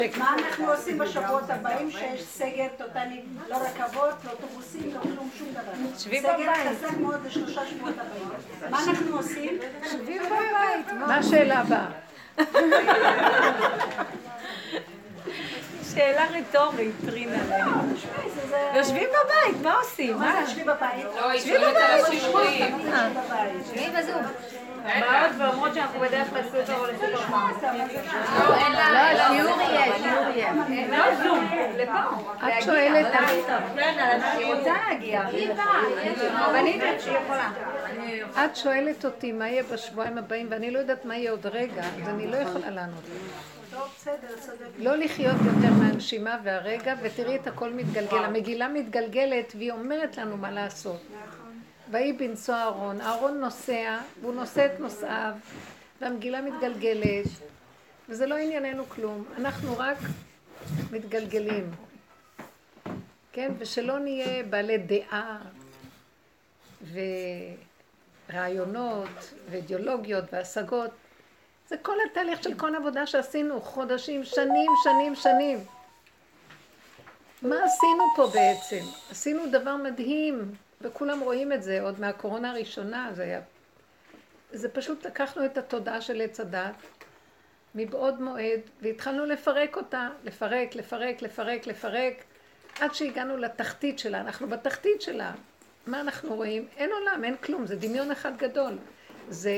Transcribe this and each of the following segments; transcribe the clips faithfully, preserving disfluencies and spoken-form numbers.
מה אנחנו עושים בשבועות הבאים שיש סגר טוטלי, לא רכבות, לא אוטובוסים, לא כלום, שום דבר. סגר חזק מאוד לשלושה שבועות הבאים. מה אנחנו עושים? שבים בבית. מה השאלה הבאה? שאלה רטורית, טרינה. יושבים בבית, מה עושים? מה זה יושבים בבית? לא, היא שואלת על השיעורים. יושבים בזום. מה עוד ואומרות שאנחנו בדרך לסופר או לסופרמרקט? לא, אין לה, לא, שיעור יהיה, שיעור יהיה. לא זום, לפה. את שואלת, היא רוצה להגיע. היא באה. אבל היא יודעת שהיא יכולה. את שואלת אותי מה יהיה בשבועיים הבאים, ואני לא יודעת מה יהיה עוד רגע, אז אני לא יכולה לענות. לא לחיות יותר מהנשימה והרגע, ותראי את הכל מתגלגל. המגילה מתגלגלת והיא אומרת לנו מה לעשות. ויהי בנשוא אהרון, אהרון נוסע, והוא נושא את נושאיו, והמגילה מתגלגלת, וזה לא ענייננו כלום, אנחנו רק מתגלגלים, כן? ושלא נהיה בעלי דעה ורעיונות ואידיאולוגיות והשגות, זה כל התהליך של כל עבודה שעשינו, חודשים, שנים, שנים, שנים. מה עשינו פה בעצם? עשינו דבר מדהים. וכולם רואים את זה, עוד מהקורונה הראשונה, זה היה... זה פשוט לקחנו את התודעה של עץ הדת, מבעוד מועד, והתחלנו לפרק אותה, לפרק, לפרק, לפרק, לפרק, עד שהגענו לתחתית שלה, אנחנו בתחתית שלה. מה אנחנו רואים? אין עולם, אין כלום, זה דמיון אחד גדול. זה...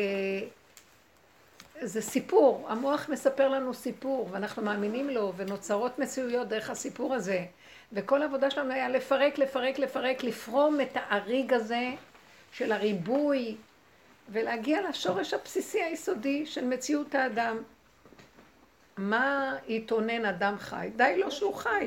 זה סיפור, המוח מספר לנו סיפור, ואנחנו מאמינים לו, ונוצרות מציאויות דרך הסיפור הזה. וכל העבודה שלנו היה לפרק, לפרק, לפרק, לפרום את האריג הזה של הריבוי, ולהגיע לשורש הבסיסי היסודי של מציאות האדם. מה יתונן אדם חי? די לו שהוא חי.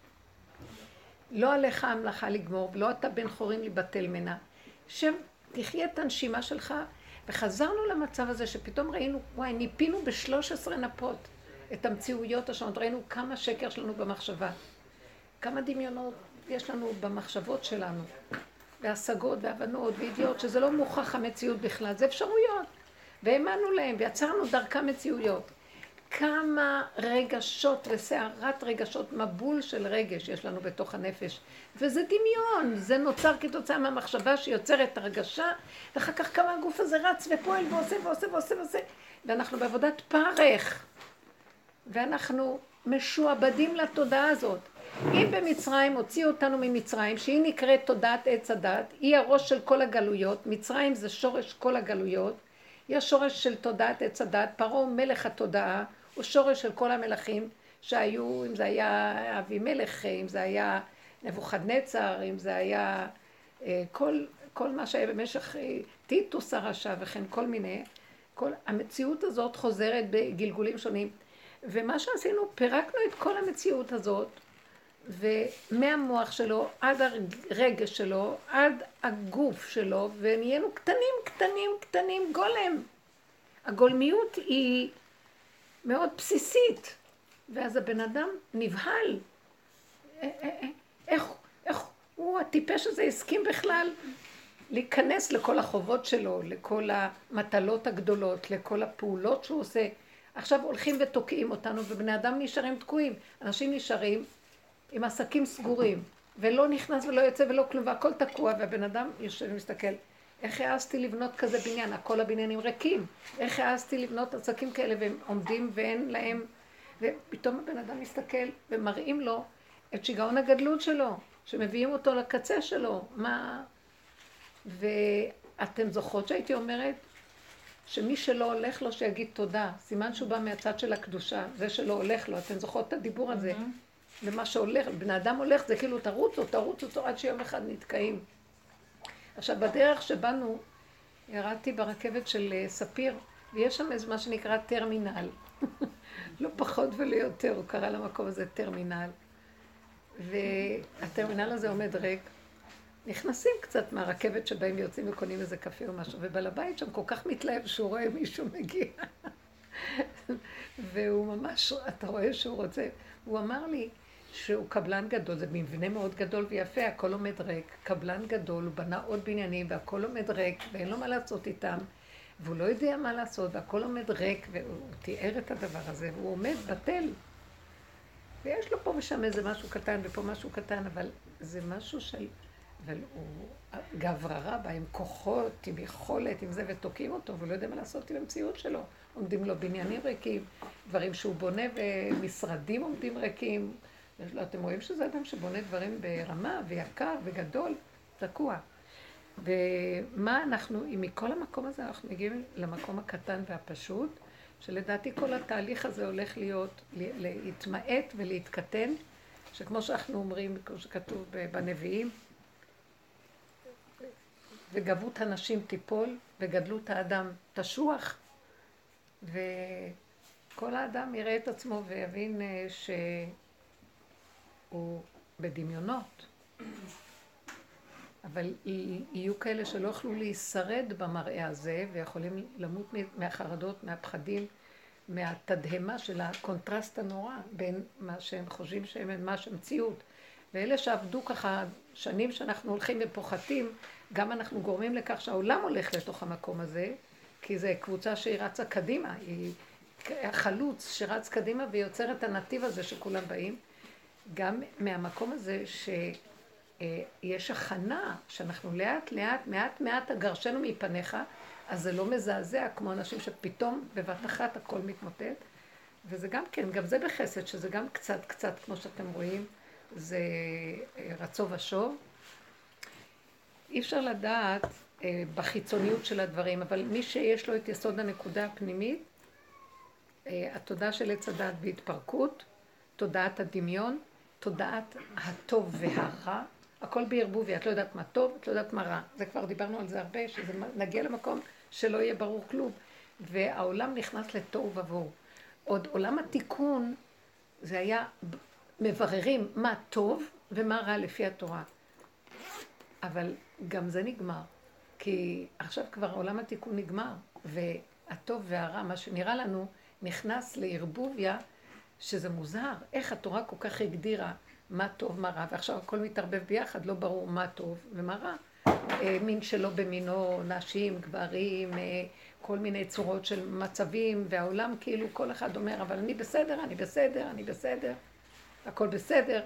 לא עליך המלאכה לגמור, ולא אתה בן חורין לבטל מנה. שתחיה את הנשימה שלך, וחזרנו למצב הזה שפתאום ראינו, וואי, ניפינו בשלוש עשרה נפות את המציאויות השונות, ראינו כמה שקר שלנו במחשבה. כמה דמיונות יש לנו במחשבות שלנו, והשגות והבנות וידיעות, שזה לא מוכח המציאות בכלל, זה אפשרויות. והאמנו להם ויצרנו דרכם מציאויות. כמה רגשות וסערת רגשות, מבול של רגש יש לנו בתוך הנפש. וזה דמיון, זה נוצר כתוצאה מהמחשבה שיוצרת הרגשה, ואחר כך כמה הגוף הזה רץ ופועל ועושה ועושה ועושה ועושה. ואנחנו בעבודת פרך, ואנחנו משועבדים לתודעה הזאת. אם במצרים הוציאו אותנו ממצרים, שהיא נקראת תודעת עץ הדת, היא הראש של כל הגלויות, מצרים זה שורש כל הגלויות, היא השורש של תודעת עץ הדת, פרעה מלך התודעה, הוא שורש של כל המלכים שהיו, אם זה היה אבימלך, אם זה היה נבוכדנצר, אם זה היה כל, כל מה שהיה במשך טיטוס הרשע וכן כל מיני, כל המציאות הזאת חוזרת בגלגולים שונים, ומה שעשינו, פירקנו את כל המציאות הזאת, ומהמוח שלו עד הרגש שלו, עד הגוף שלו, ונהיינו קטנים, קטנים, קטנים, גולם. הגולמיות היא מאוד בסיסית, ואז הבן אדם נבהל. איך, איך הוא, הטיפש הזה, הסכים בכלל להיכנס לכל החובות שלו, לכל המטלות הגדולות, לכל הפעולות שהוא עושה. עכשיו הולכים ותוקעים אותנו, ובני אדם נשארים תקועים. אנשים נשארים עם עסקים סגורים, ולא נכנס ולא יוצא ולא כלום, והכל תקוע, והבן אדם יושב ומסתכל, איך העזתי לבנות כזה בניין? הכל הבניינים ריקים. איך העזתי לבנות עסקים כאלה, והם עומדים ואין להם, ופתאום הבן אדם מסתכל, ומראים לו את שיגעון הגדלות שלו, שמביאים אותו לקצה שלו. מה? ואתם זוכרות שהייתי אומרת, שמי שלא הולך לו שיגיד תודה, סימן שהוא בא מהצד של הקדושה, זה שלא הולך לו, אתם זוכרות את הדיבור הזה? ומה שהולך, בן אדם הולך, זה כאילו תרוצו, תרוצו, תרוצו, עד שיום אחד נתקעים. עכשיו, בדרך שבאנו, ירדתי ברכבת של ספיר, ויש שם איזה מה שנקרא טרמינל. לא פחות ולא יותר, הוא קרא למקום הזה טרמינל. והטרמינל הזה עומד ריק. נכנסים קצת מהרכבת שבהם יוצאים וקונים איזה קפה או משהו, ובעל הבית שם כל כך מתלהב שהוא רואה מישהו מגיע. והוא ממש, אתה רואה שהוא רוצה, הוא אמר לי, שהוא קבלן גדול, זה מבנה מאוד גדול ויפה, הכל עומד ריק, קבלן גדול, הוא בנה עוד בניינים והכל עומד ריק ואין לו מה לעשות איתם, והוא לא יודע מה לעשות והכל עומד ריק, והוא תיאר את הדבר הזה, והוא עומד בטל. ויש לו פה ושם איזה משהו קטן ופה משהו קטן, אבל זה משהו של... אבל הוא גבררה בה עם כוחות, עם יכולת, עם זה, ותוקעים אותו, והוא לא יודע מה לעשות עם המציאות שלו. עומדים לו בניינים ריקים, דברים שהוא בונה ומשרדים עומדים ריקים. אתם רואים שזה אדם שבונה דברים ברמה ויקר וגדול, תקוע. ומה אנחנו, אם מכל המקום הזה אנחנו מגיעים למקום הקטן והפשוט, שלדעתי כל התהליך הזה הולך להיות, להתמעט ולהתקטן, שכמו שאנחנו אומרים, כמו שכתוב בנביאים, וגבות הנשים תיפול, וגדלות האדם תשוח, וכל האדם יראה את עצמו ויבין שהוא בדמיונות. אבל יהיו כאלה שלא יכלו להישרד במראה הזה, ויכולים למות מהחרדות, מהפחדים, מהתדהמה של הקונטרסט הנורא בין מה שהם חושבים שהם מה שמציאות. ואלה שעבדו ככה שנים שאנחנו הולכים ופוחתים, גם אנחנו גורמים לכך שהעולם הולך לתוך המקום הזה, כי זו קבוצה שהיא רצה קדימה, היא החלוץ שרץ קדימה ויוצר את הנתיב הזה שכולם באים. גם מהמקום הזה שיש הכנה, שאנחנו לאט לאט, מעט מעט הגרשנו מפניך, אז זה לא מזעזע כמו אנשים שפתאום בבת אחת הכל מתמוטט. וזה גם כן, גם זה בחסד, שזה גם קצת קצת כמו שאתם רואים, זה רצו ושוב. אי אפשר לדעת אה, בחיצוניות של הדברים, אבל מי שיש לו את יסוד הנקודה הפנימית, אה, התודעה של עץ הדעת בהתפרקות, תודעת הדמיון, תודעת הטוב והרע, הכל בערבוביה, את לא יודעת מה טוב, את לא יודעת מה רע. זה כבר דיברנו על זה הרבה, שזה נגיע למקום שלא יהיה ברור כלום. והעולם נכנס לתוהו ובוהו. עוד עולם התיקון, זה היה מבררים מה טוב ומה רע לפי התורה. אבל גם זה נגמר, כי עכשיו כבר עולם התיקון נגמר, והטוב והרע, מה שנראה לנו, נכנס לערבוביה, שזה מוזר. איך התורה כל כך הגדירה מה טוב, מה רע, ועכשיו הכל מתערבב ביחד, לא ברור מה טוב ומה רע. מין שלא במינו, נשים, גברים, כל מיני צורות של מצבים, והעולם כאילו כל אחד אומר, אבל אני בסדר, אני בסדר, אני בסדר, הכל בסדר.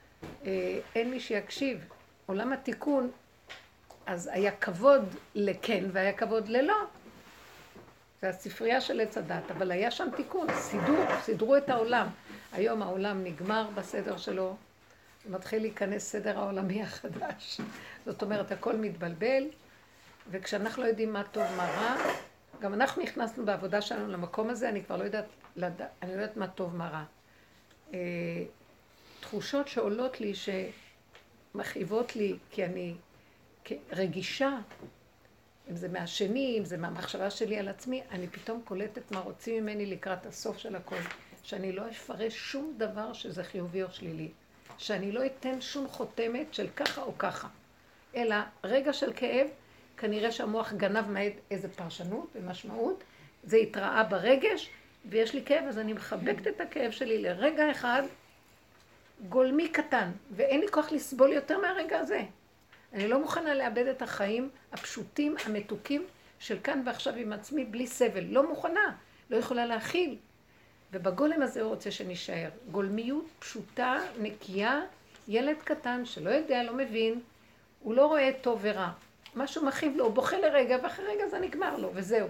אין מי שיקשיב. עולם התיקון, אז היה כבוד לכן והיה כבוד ללא. זה הספרייה של עץ הדת, אבל היה שם תיקון, סידור, סידרו את העולם. היום העולם נגמר בסדר שלו, ומתחיל להיכנס סדר העולמי החדש. זאת אומרת, הכל מתבלבל, וכשאנחנו לא יודעים מה טוב, מה רע, גם אנחנו נכנסנו בעבודה שלנו למקום הזה, אני כבר לא יודעת, אני לא יודעת מה טוב, מה רע. תחושות שעולות לי, שמכאיבות לי, כי אני רגישה, אם זה מהשני, אם זה מהמחשבה שלי על עצמי, אני פתאום קולטת מה רוצים ממני לקראת הסוף של הכל. שאני לא אפרש שום דבר שזה חיובי או שלילי. שאני לא אתן שום חותמת של ככה או ככה. אלא רגע של כאב, כנראה שהמוח גנב מעד איזה פרשנות ומשמעות, זה התראה ברגש, ויש לי כאב, אז אני מחבקת את הכאב שלי לרגע אחד, גולמי קטן, ואין לי כוח לסבול יותר מהרגע הזה. אני לא מוכנה לאבד את החיים הפשוטים, המתוקים, של כאן ועכשיו עם עצמי, בלי סבל. לא מוכנה, לא יכולה להכיל. ובגולם הזה הוא רוצה שנשאר. גולמיות פשוטה, נקייה, ילד קטן שלא יודע, לא מבין, הוא לא רואה טוב ורע. משהו מכאיב לו, הוא בוכה לרגע, ואחרי רגע זה נגמר לו, וזהו.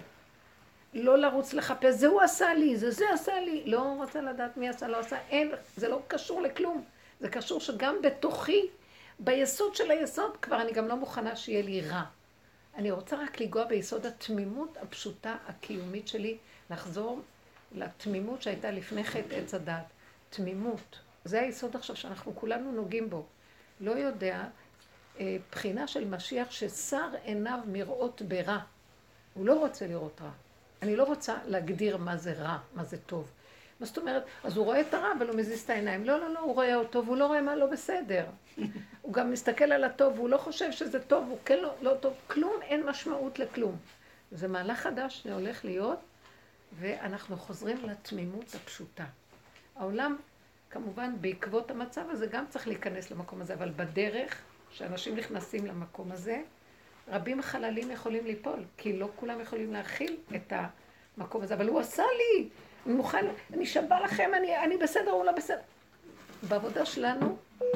לא לרוץ לחפש, זה הוא עשה לי, זה זה עשה לי. לא רוצה לדעת מי עשה, לא עשה, אין, זה לא קשור לכלום. זה קשור שגם בתוכי, ביסוד של היסוד, כבר אני גם לא מוכנה שיהיה לי רע. אני רוצה רק לגוע ביסוד התמימות הפשוטה, הקיומית שלי, לחזור לתמימות שהייתה לפני חטא עץ הדת. תמימות. זה היסוד עכשיו שאנחנו כולנו נוגעים בו. לא יודע, בחינה של משיח ששר עיניו מראות ברע. הוא לא רוצה לראות רע. אני לא רוצה להגדיר מה זה רע, מה זה טוב. מה זאת אומרת? אז הוא רואה את הרע אבל הוא מזיז את העיניים. לא, לא, לא, הוא רואה אותו והוא לא רואה מה לא בסדר. הוא גם מסתכל על הטוב והוא לא חושב שזה טוב, הוא כן לא, לא טוב. כלום, אין משמעות לכלום. זה מהלך חדש שהולך להיות, ואנחנו חוזרים לתמימות הפשוטה. העולם, כמובן, בעקבות המצב הזה גם צריך להיכנס למקום הזה, אבל בדרך שאנשים נכנסים למקום הזה, רבים חללים יכולים ליפול, כי לא כולם יכולים להכיל את המקום הזה. אבל הוא עשה לי, אני מוכן, אני שווה לכם, אני, אני בסדר, הוא לא בסדר. בעבודה שלנו,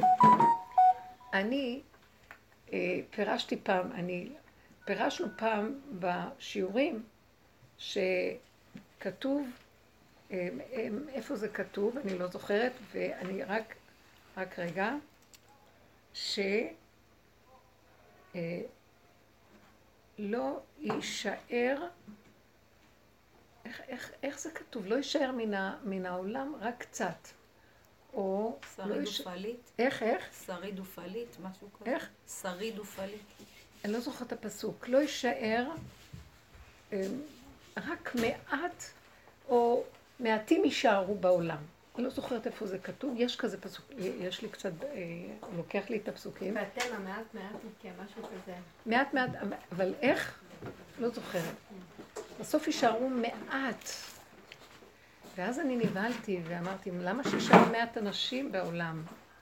אני אה, פירשתי פעם, אני, פירשנו פעם בשיעורים שכתוב, אה, אה, איפה זה כתוב, אני לא זוכרת, ואני רק, רק רגע, ש... אה, לא יישאר, איך, איך, איך זה כתוב? לא יישאר מן, ה, מן העולם רק קצת. או... שריד לא יש... ופעלית? איך, איך? שריד ופעלית, משהו כזה. איך? שריד ופעלית. אני לא זוכרת את הפסוק. לא יישאר רק מעט, או מעטים יישארו בעולם. אני לא זוכרת איפה זה כתוב. יש כזה פסוק, יש לי קצת, הוא לוקח לי את הפסוקים. ואתם המעט מעט מכם, משהו כזה. מעט מעט, אבל איך? לא זוכרת. בסוף יישארו מעט. ואז אני נבהלתי ואמרתי, למה שישאר מעט אנשים בעולם?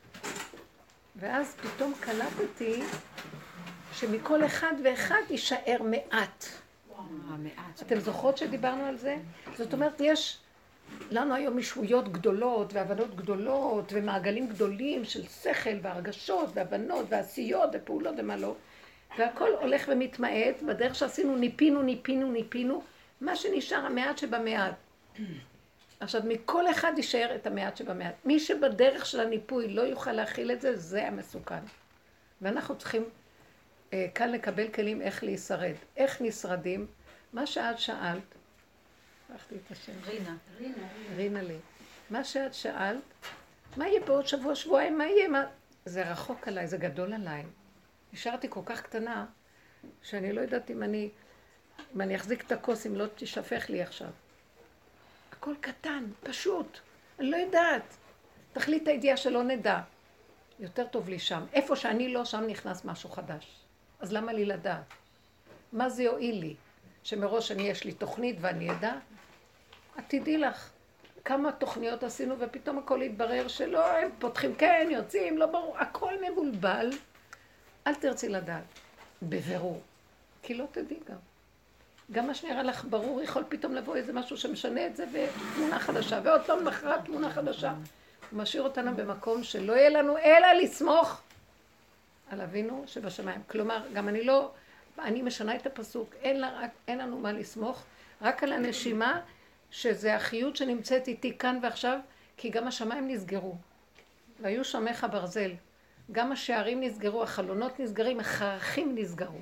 ואז פתאום קלטתי שמכל אחד ואחד יישאר מעט. אתם זוכרות שדיברנו על זה? זאת אומרת, יש לנו היום ישויות גדולות והבנות גדולות ומעגלים גדולים של שכל והרגשות והבנות ועשיות ופעולות ומה לא. והכל הולך ומתמעט, בדרך שעשינו ניפינו, ניפינו, ניפינו, מה שנשאר המעט שבמעט. עכשיו, מכל אחד יישאר את המעט שבמעט. מי שבדרך של הניפוי לא יוכל להכיל את זה, זה המסוכן. ואנחנו צריכים אה, כאן לקבל כלים איך להישרד. איך נשרדים? מה שאת שאלת, הלכתי את השם. רינה. רינה, רינה לי. מה שאת שאלת, מה יהיה בעוד שבוע, שבועיים, מה יהיה? מה... זה רחוק עליי, זה גדול עליי. נשארתי כל כך קטנה, שאני לא יודעת אם אני, אם אני אחזיק את הכוס, אם לא תשפך לי עכשיו. הכל קטן, פשוט. אני לא יודעת. תחליט הידיעה שלא נדע. יותר טוב לי שם. איפה שאני לא, שם נכנס משהו חדש. אז למה לי לדעת? מה זה יועיל לי? שמראש אני יש לי תוכנית ואני אדע? את תדעי לך. כמה תוכניות עשינו ופתאום הכל התברר שלא, הם פותחים כן, יוצאים, לא ברור. הכל מבולבל. אל תרצי לדעת. בבירור. כי לא תדעי גם. גם מה שנראה לך ברור יכול פתאום לבוא איזה משהו שמשנה את זה ותמונה חדשה, ועוד פעם מחרת תמונה חדשה. הוא משאיר אותנו במקום שלא יהיה לנו אלא לסמוך על אבינו שבשמיים. כלומר, גם אני לא, אני משנה את הפסוק, אין, לה, אין לנו מה לסמוך, רק על הנשימה, שזה החיות שנמצאת איתי כאן ועכשיו, כי גם השמיים נסגרו. והיו שמך ברזל. גם השערים נסגרו, החלונות נסגרים, החרכים נסגרו.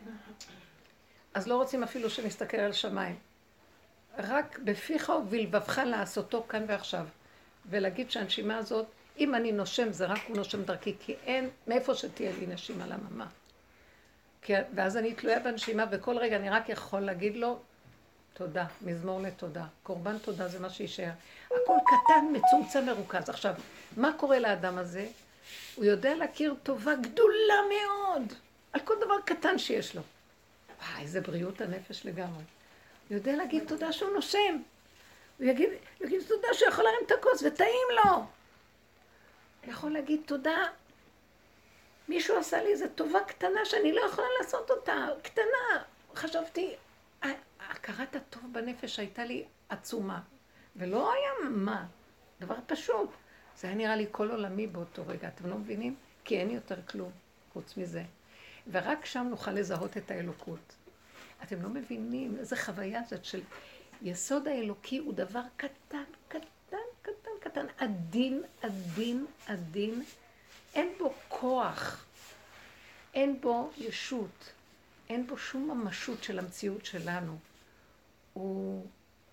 אז לא רוצים אפילו שנסתכל על שמיים. רק בפיך ובלבבך לעשותו כאן ועכשיו. ולהגיד שהנשימה הזאת, אם אני נושם, זה רק הוא נושם דרכי, כי אין מאיפה שתהיה לי נשימה לממה. כי, ואז אני תלויה בנשימה, וכל רגע אני רק יכול להגיד לו, תודה, מזמור לתודה. קורבן תודה זה מה שישאר. הכל קטן, מצומצם, מרוכז. עכשיו, מה קורה לאדם הזה? הוא יודע להכיר טובה גדולה מאוד, על כל דבר קטן שיש לו. וואי, איזה בריאות הנפש לגמרי. הוא יודע להגיד תודה שהוא נושם. הוא יגיד, הוא יגיד תודה שהוא יכול להרים את הכוס וטעים לו. הוא יכול להגיד תודה. מישהו עשה לי איזו טובה קטנה שאני לא יכולה לעשות אותה. קטנה. חשבתי, הכרת הטוב בנפש הייתה לי עצומה. ולא היה מה. דבר פשוט. זה היה נראה לי כל עולמי באותו רגע. אתם לא מבינים? כי אין יותר כלום חוץ מזה. ורק שם נוכל לזהות את האלוקות. אתם לא מבינים איזה חוויה זאת של יסוד האלוקי הוא דבר קטן, קטן, קטן, קטן, עדין, עדין, עדין. אין בו כוח, אין בו ישות, אין בו שום ממשות של המציאות שלנו. הוא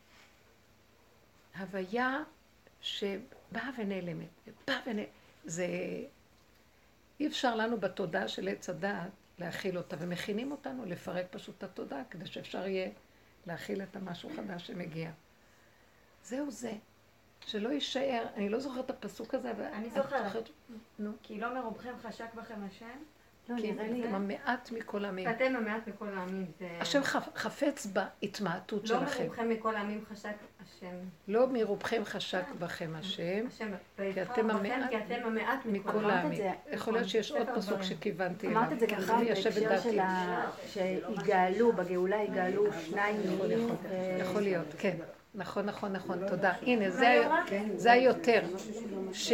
הוויה שבאה ונעלמת, באה ונעלמת. זה אי אפשר לנו בתודעה של עץ הדעת להכיל אותה, ומכינים אותנו לפרק פשוט את התודעה, כדי שאפשר יהיה להכיל את המשהו חדש שמגיע. זהו זה, שלא יישאר, אני לא זוכרת את הפסוק הזה, אבל... אני זוכרת. נו. כי לא מרובכם חשק בכם השם? כי אתם המעט מכל העמים. אתם המעט מכל העמים. השם חפץ בהתמעטות לא שלכם. מרובכם מכל העמים חשק השם. לא מרובכם חשק בכם השם, כי אתם המעט מכל העמים. יכול להיות שיש עוד פסוק שכיוונתי אליו. אמרת את זה ככה בהקשר של שיגאלו, בגאולה יגאלו שניים מינים. יכול להיות, כן. נכון, נכון, נכון, תודה. הנה, זה היותר. ש...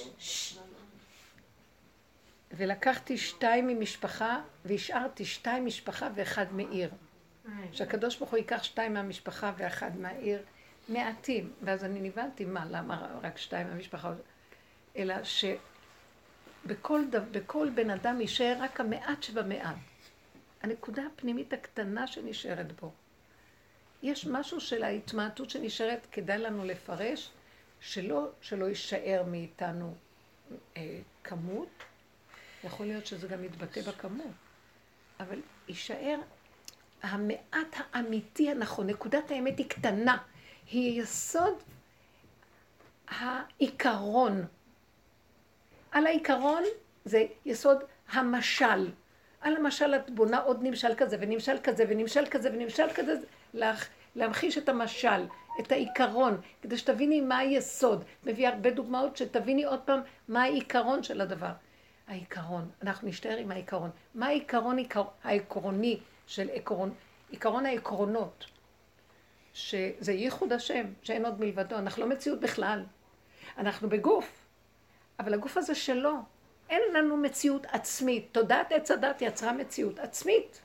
ולקחתי שתיים ממשפחה, והשארתי שתיים משפחה ואחד מעיר. שהקדוש ברוך הוא ייקח שתיים מהמשפחה ואחד מהעיר, מעטים. ואז אני נבנתי, מה, למה רק שתיים מהמשפחה? אלא שבכל בכל בן אדם יישאר רק המעט שבמעט. הנקודה הפנימית הקטנה שנשארת בו. יש משהו של ההתמעטות שנשארת, כדאי לנו לפרש, שלא, שלא יישאר מאיתנו אה, כמות, יכול להיות שזה גם יתבטא בכמות, אבל יישאר המעט האמיתי הנכון, נקודת האמת היא קטנה, היא יסוד העיקרון. על העיקרון זה יסוד המשל. על המשל את בונה עוד נמשל כזה ונמשל כזה ונמשל כזה ונמשל כזה, להח, להמחיש את המשל, את העיקרון, כדי שתביני מה היסוד. מביא הרבה דוגמאות שתביני עוד פעם מה העיקרון של הדבר. העיקרון, אנחנו נשתאר עם העיקרון. מה העיקרון העקרוני של עקרון? עיקרון העקרונות, שזה ייחוד השם, שאין עוד מלבדו. אנחנו לא מציאות בכלל. אנחנו בגוף, אבל הגוף הזה שלו. אין לנו מציאות עצמית. תודעת עץ הדת יצרה מציאות עצמית,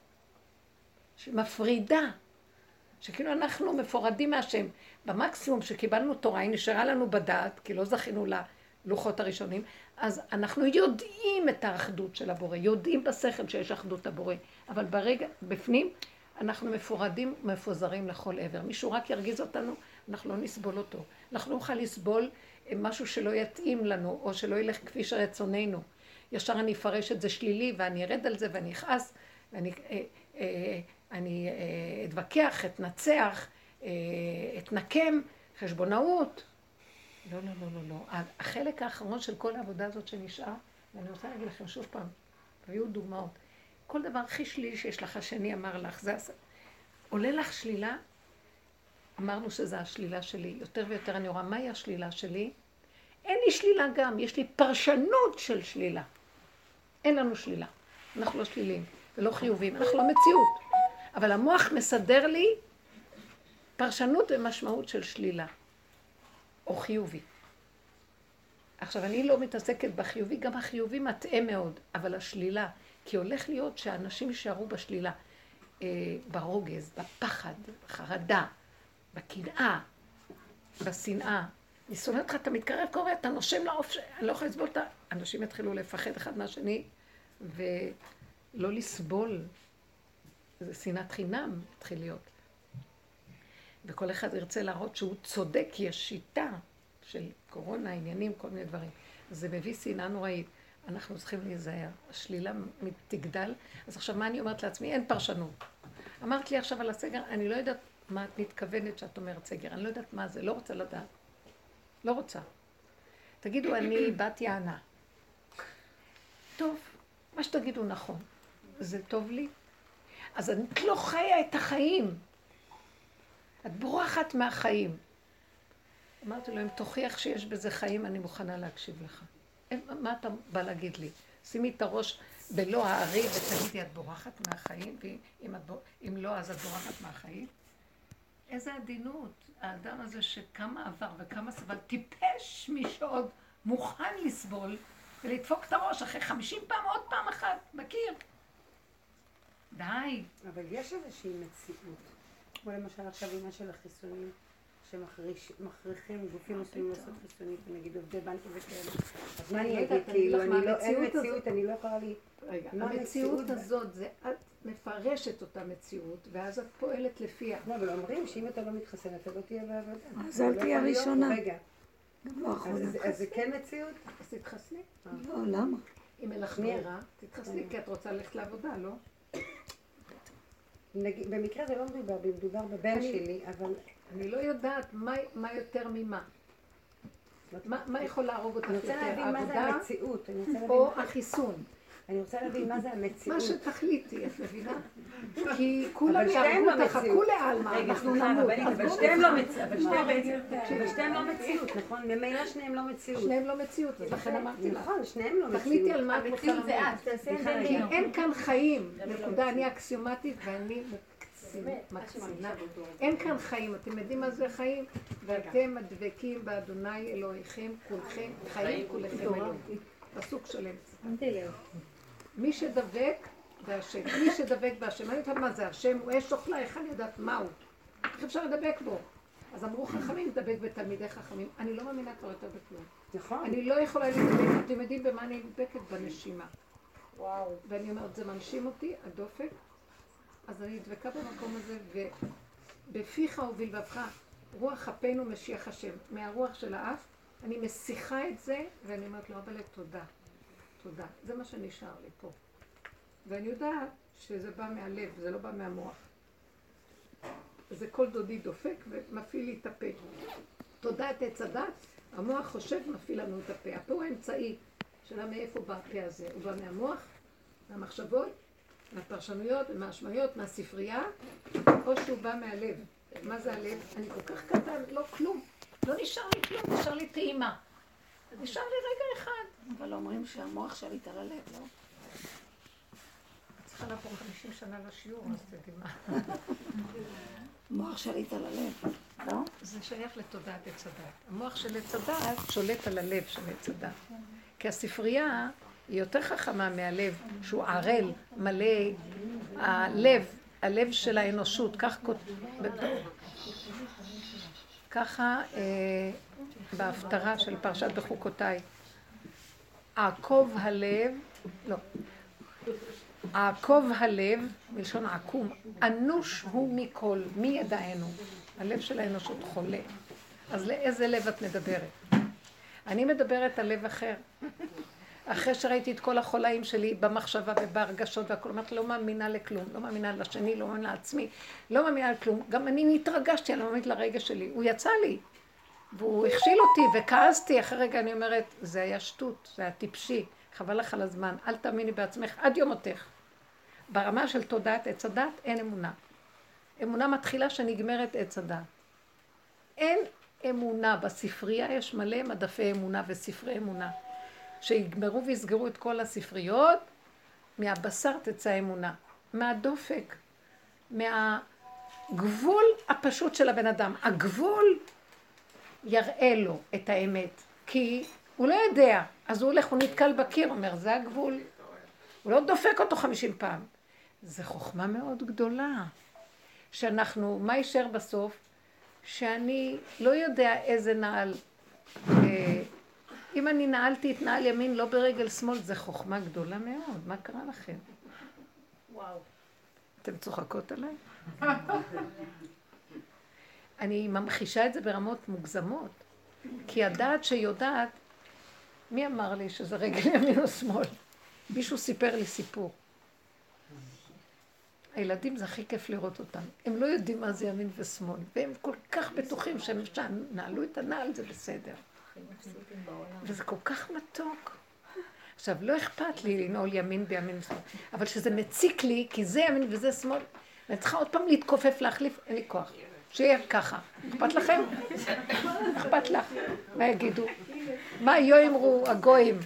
שמפרידה, שכאילו אנחנו מפורדים מהשם. במקסימום שקיבלנו תורה, היא נשארה לנו בדעת, כי לא זכינו ללוחות הראשונים, אז אנחנו יודעים את האחדות של הבורא, יודעים בשכל שיש אחדות הבורא, אבל ברגע, בפנים, אנחנו מפורדים, מפוזרים לכל עבר. מישהו רק ירגיז אותנו, אנחנו לא נסבול אותו. אנחנו לא נוכל לסבול משהו שלא יתאים לנו, או שלא ילך כפי שרצוננו. ישר אני אפרש את זה שלילי, ואני ארד על זה, ואני אכעס, ואני אה, אה, אני, אה, אתווכח, אתנצח, אה, אתנקם, חשבונאות. לא, לא, לא, לא, לא. החלק האחרון של כל העבודה הזאת שנשאר, ואני רוצה להגיד לכם שוב פעם, תביאו דוגמאות. כל דבר הכי שלילי שיש לך, השני אמר לך, זה עולה לך שלילה, אמרנו שזה השלילה שלי. יותר ויותר אני רואה, מהי השלילה שלי? אין לי שלילה גם, יש לי פרשנות של שלילה. אין לנו שלילה. אנחנו לא שלילים ולא חיובים, אנחנו לא מציאות. אבל המוח מסדר לי פרשנות ומשמעות של שלילה. או חיובי. עכשיו, אני לא מתעסקת בחיובי, גם החיובי מטעה מאוד, אבל השלילה, כי הולך להיות שאנשים יישארו בשלילה, אה, ברוגז, בפחד, בחרדה, בקנאה, בשנאה. אני שונאת אותך, אתה מתקרב קורא, אתה נושם לעוף, אני לא יכולה לסבול אותה. אנשים יתחילו לפחד אחד מהשני, ולא לסבול. זה שנאת חינם התחיל להיות. וכל אחד ירצה להראות שהוא צודק, כי יש שיטה של קורונה, עניינים, כל מיני דברים. זה מביא שנאה נוראית. אנחנו צריכים להיזהר. השלילה תגדל. אז עכשיו מה אני אומרת לעצמי? אין פרשנות. אמרת לי עכשיו על הסגר, אני לא יודעת מה את מתכוונת שאת אומרת סגר. אני לא יודעת מה זה, לא רוצה לדעת. לא רוצה. תגידו, אני בת יענה. טוב, מה שתגידו נכון. זה טוב לי? אז אני לא חיה את החיים. את בורחת מהחיים. אמרתי לו, אם תוכיח שיש בזה חיים, אני מוכנה להקשיב לך. מה אתה בא להגיד לי? שימי את הראש בלא הארי ותגידי, את בורחת מהחיים, ואם לא, אז את בורחת מהחיים. איזה עדינות. האדם הזה שכמה עבר וכמה סבל, טיפש מי שעוד מוכן לסבול, ולדפוק את הראש אחרי חמישים פעם, עוד פעם אחת, בקיר. די. אבל יש איזושהי מציאות. כמו למשל עכשיו אימה של החיסונים, שמכריחים גופים מסוימים לעשות חיסונית, נגיד עובדי בנקים וכאלה. אז מה אני אגיד? כאילו, אני לא, אין מציאות, אני לא יכולה לי... רגע, המציאות הזאת, זה את מפרשת אותה מציאות, ואז את פועלת לפיה. לא, אבל אומרים שאם אתה לא מתחסן, אתה לא תהיה בעבודה. אז אל תהיה הראשונה. רגע. אז זה כן מציאות? אז תתחסני. לא, למה? אם אין לך ברירה, תתחסני, כי את רוצה ללכת לעבודה, לא? במקרה זה לא מדובר, מדובר בבן שלי, אבל... אני לא יודעת מה יותר ממה. מה יכול להרוג אותך יותר? אני רוצה להבין מה זה המציאות. או החיסון. אני רוצה להבין מה זה המציאות. מה שתחליטי, את מבינה? כי כולם יעברו אותך, כולי עלמה, אנחנו נמות. אבל שתיהם לא מציאות. אבל שתיהם לא מציאות, נכון? ממילא שניהם לא מציאות. שניהם לא מציאות, אז לכן אמרתי לך. נכון, שניהם לא מציאות. תחליטי על מה את רוצה למות. כי אין כאן חיים. נקודה, אני אקסיומטית ואני מקצינה. אין כאן חיים, אתם יודעים מה זה חיים? ואתם הדבקים באדוני אלוהיכם, כולכם חיים, כולכם אלוהים. פסוק שלם. מי שדבק בהשם, מי שדבק בהשם, אני יודעת מה זה השם, הוא אש אוכלה, איך אני יודעת מהו? איך אפשר לדבק בו? אז אמרו חכמים, דבק בתלמידי חכמים. אני לא מאמינה כבר יותר בכלום. נכון. אני לא יכולה לדבק, אתם יודעים במה אני נדבקת? בנשימה. וואו. ואני אומרת, זה מנשים אותי, הדופק, אז אני דבקה במקום הזה, ובפיך ובלבבך, רוח אפינו משיח השם. מהרוח של האף, אני משיחה את זה, ואני אומרת לו, אבל תודה. תודה. זה מה שנשאר לי פה. ואני יודעת שזה בא מהלב, זה לא בא מהמוח. זה כל דודי דופק ומפעיל לי את הפה. תודה את עץ הדת, המוח חושב מפעיל לנו את הפה. הפה הוא האמצעי. שאלה מאיפה בא הפה הזה? הוא בא מהמוח, מהמחשבות, מהפרשנויות, מהשמיות, מהספרייה, או שהוא בא מהלב. מה זה הלב? אני כל כך קטן, לא כלום. לא נשאר לי כלום, נשאר לי טעימה. נשאר לי רגע אחד. אבל אומרים שהמוח שליט על הלב, לא? צריכה לעבור חמישים שנה לשיעור, אז תדעי מה. מוח שליט על הלב, לא? זה שייך לתודעת עץ הדת. המוח של עץ הדת שולט על הלב של עץ הדת. כי הספרייה היא יותר חכמה מהלב, שהוא ערל, מלא, הלב, הלב של האנושות, כך ככה אה, בהפטרה של פרשת בחוקותיי. עקוב הלב, לא, עקוב הלב, מלשון עקום, אנוש הוא מכל, מי ידענו? הלב של האנושות חולה. אז לאיזה לב את מדברת? אני מדברת על לב אחר. אחרי שראיתי את כל החולאים שלי במחשבה ובהרגשות והכל, אמרתי, לא מאמינה לכלום, לא מאמינה לשני, לא מאמינה לעצמי, לא מאמינה לכלום. גם אני נתרגשתי, אני לא מאמינת לרגע שלי. הוא יצא לי, והוא הכשיל אותי וכעסתי. אחרי רגע אני אומרת, זה היה שטות, זה היה טיפשי, חבל לך על הזמן, אל תאמיני בעצמך עד יומותך. ברמה של תודעת עץ הדת אין אמונה. אמונה מתחילה שנגמרת עץ הדת. אין אמונה, בספרייה יש מלא מדפי אמונה וספרי אמונה. שיגמרו ויסגרו את כל הספריות, מהבשר תצא אמונה, מהדופק, מהגבול הפשוט של הבן אדם. הגבול יראה לו את האמת, כי הוא לא יודע, אז הוא הולך, הוא נתקל בקיר, אומר, זה הגבול. הוא לא דופק אותו חמישים פעם. זה חוכמה מאוד גדולה, שאנחנו, מה יישאר בסוף? שאני לא יודע איזה נעל, אה, אם אני נעלתי את נעל ימין לא ברגל שמאל, זה חוכמה גדולה מאוד. מה קרה לכם? וואו. אתם צוחקות עליי? אני ממחישה את זה ברמות מוגזמות, כי הדעת שיודעת, מי אמר לי שזה רגל ימין או שמאל? מישהו סיפר לי סיפור. הילדים זה הכי כיף לראות אותם. הם לא יודעים מה זה ימין ושמאל, והם כל כך בטוחים שהם נעלו את הנעל, זה בסדר. וזה כל כך מתוק. עכשיו, לא אכפת לי לנעול ימין בימין ושמאל, אבל שזה מציק לי, כי זה ימין וזה שמאל, אני צריכה עוד פעם להתכופף, להחליף, אין לי כוח. שיהיה ככה. אכפת לכם? אכפת לך. מה יגידו? מה יאמרו הגויים?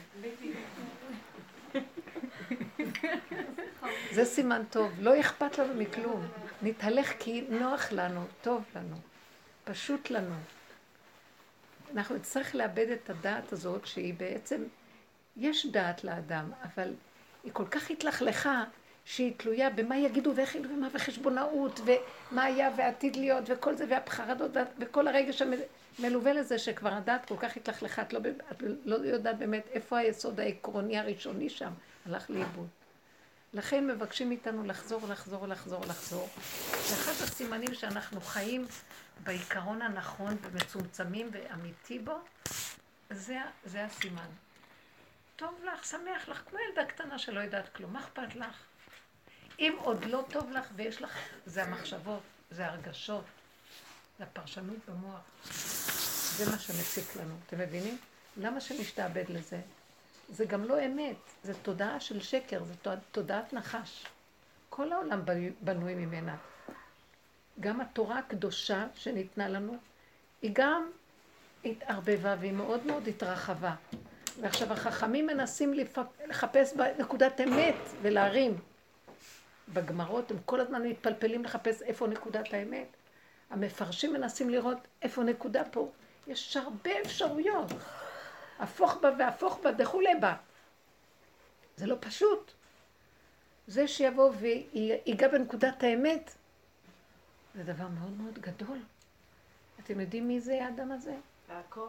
זה סימן טוב. לא אכפת לנו מכלום. נתהלך כי נוח לנו, טוב לנו, פשוט לנו. אנחנו נצטרך לאבד את הדעת הזאת שהיא בעצם, יש דעת לאדם, אבל היא כל כך התלכלכה שהיא תלויה במה יגידו ואיך יגידו ומה וחשבונאות ומה היה ועתיד להיות וכל זה והחרדות וכל הרגע שמלווה לזה שכבר הדעת כל כך התלכלכה, את לא, את לא יודעת באמת איפה היסוד העקרוני הראשוני שם, הלך לאיבוד. לכן מבקשים מאיתנו לחזור, לחזור, לחזור, לחזור. ואחד הסימנים שאנחנו חיים בעיקרון הנכון ומצומצמים ואמיתי בו, זה, זה הסימן. טוב לך, שמח לך, כמו ילדה קטנה שלא יודעת כלום, מה אכפת לך? אם עוד לא טוב לך ויש לך, זה המחשבות, זה הרגשות, זה הפרשנות במוח. זה מה שמציק לנו, אתם מבינים? למה שנשתעבד לזה? זה גם לא אמת, זה תודעה של שקר, זה תודעת נחש. כל העולם בנוי ממנה. גם התורה הקדושה שניתנה לנו, היא גם התערבבה והיא מאוד מאוד התרחבה. ועכשיו החכמים מנסים לחפש בנקודת אמת ולהרים. בגמרות, הם כל הזמן מתפלפלים לחפש איפה נקודת האמת. המפרשים מנסים לראות איפה נקודה פה. יש הרבה אפשרויות. הפוך בה והפוך בה, דחו לבה. זה לא פשוט. זה שיבוא ויגע בנקודת האמת, זה דבר מאוד מאוד גדול. אתם יודעים מי זה האדם הזה? יעקב.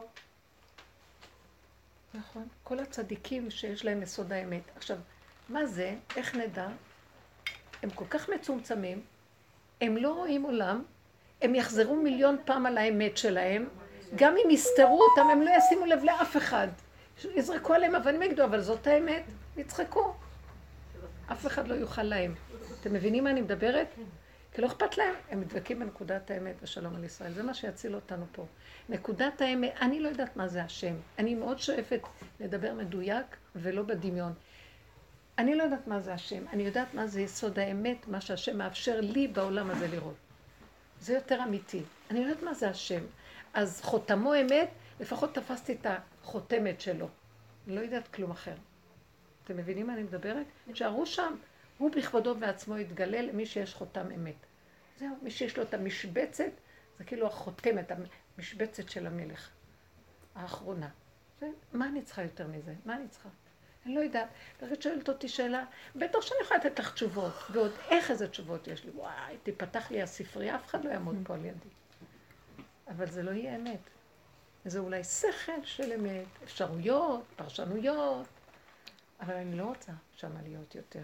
נכון. כל הצדיקים שיש להם יסוד האמת. עכשיו, מה זה? איך נדע? הם כל כך מצומצמים, הם לא רואים עולם, הם יחזרו מיליון פעם על האמת שלהם, גם אם יסתרו אותם, הם לא ישימו לב לאף אחד. יזרקו עליהם אבנים יגדו, אבל זאת האמת, יצחקו. אף אחד לא יוכל להם. אתם מבינים מה אני מדברת? כי לא אכפת להם, הם מדבקים בנקודת האמת ושלום על ישראל. זה מה שיציל אותנו פה. נקודת האמת, אני לא יודעת מה זה השם. אני מאוד שואפת לדבר מדויק ולא בדמיון. אני לא יודעת מה זה השם. אני יודעת מה זה יסוד האמת, מה שהשם מאפשר לי בעולם הזה לראות. זה יותר אמיתי. אני לא יודעת מה זה השם. אז חותמו אמת, לפחות תפסתי את החותמת שלו. אני לא יודעת כלום אחר. אתם מבינים מה אני מדברת? שערו שם. הוא בכבודו בעצמו יתגלה למי שיש חותם אמת. זהו, מי שיש לו את המשבצת, זה כאילו החותמת, המשבצת של המלך. האחרונה. זה, מה אני צריכה יותר מזה? מה אני צריכה? אני לא יודעת. ואת שואלת אותי שאלה, בטח שאני יכולה לתת לך תשובות, ועוד איך איזה תשובות יש לי. וואי, תפתח לי הספרייה, אף אחד לא יעמוד פה על ידי. אבל זה לא יהיה אמת. זה אולי שכל של אמת, אפשרויות, פרשנויות, אבל אני לא רוצה שמה להיות יותר.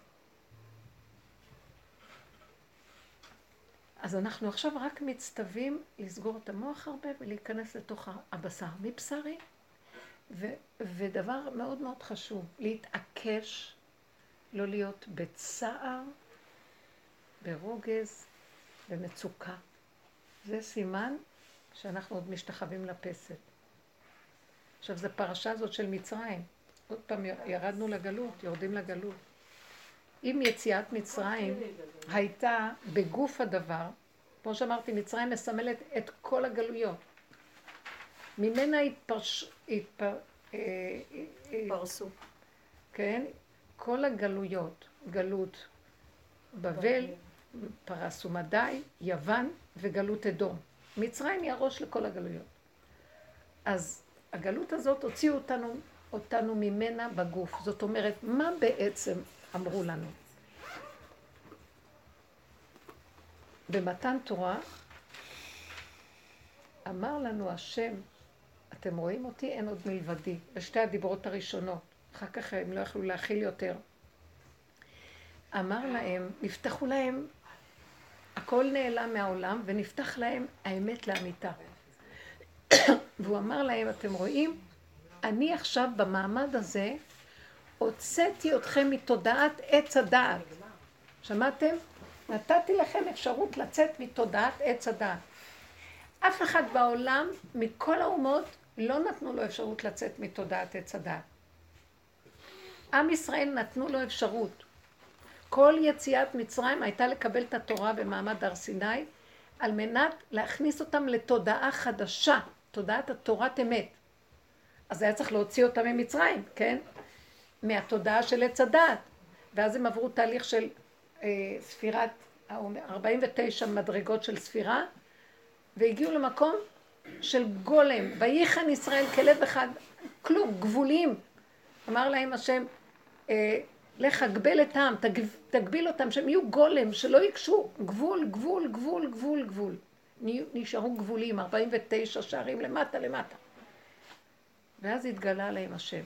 אז אנחנו עכשיו רק מצטווים לסגור את המוח הרבה ולהיכנס לתוך הבשר מבשרי. ו- ודבר מאוד מאוד חשוב, להתעקש, לא להיות בצער, ברוגז, במצוקה. זה סימן שאנחנו עוד משתחווים לפסת. עכשיו, זו פרשה הזאת של מצרים. עוד פעם ירדנו לגלות, יורדים לגלות. אם יציאת מצרים הייתה בגוף הדבר, כמו שאמרתי, מצרים מסמלת את כל הגלויות. ממנה התפרש... התפר... פרסו. כן? כל הגלויות, גלות בבל, פרס ומדי, יוון וגלות אדום. מצרים היא הראש לכל הגלויות. אז הגלות הזאת הוציאו אותנו, אותנו ממנה בגוף. זאת אומרת, מה בעצם אמרו לנו? במתן תורה אמר לנו השם, אתם רואים אותי? אין עוד מלבדי. בשתי הדיברות הראשונות. אחר כך הם לא יכלו להכיל יותר. אמר להם, נפתחו להם, הכל נעלם מהעולם, ונפתח להם האמת לאמיתה. והוא אמר להם, אתם רואים? אני עכשיו במעמד הזה, הוצאתי אתכם מתודעת עץ הדעת. שמעתם? נתתי לכם אפשרות לצאת מתודעת עץ הדעת. אף אחד בעולם, מכל האומות, לא נתנו לו אפשרות לצאת מתודעת עץ הדעת. עם ישראל נתנו לו אפשרות. כל יציאת מצרים הייתה לקבל את התורה במעמד הר סיני, על מנת להכניס אותם לתודעה חדשה, תודעת התורת אמת. אז היה צריך להוציא אותם ממצרים, כן? מהתודעה של עץ הדעת. ואז הם עברו תהליך של אה, ספירת, ארבעים ותשע מדרגות של ספירה, והגיעו למקום של גולם, ויחן ישראל כלב אחד, כלום, גבולים. אמר להם השם, אה, לך הגבל את העם, תגביל אותם, שהם יהיו גולם, שלא יקשו גבול, גבול, גבול, גבול, גבול. נשארו גבולים, ארבעים ותשע שערים למטה, למטה. ואז התגלה עליהם השם.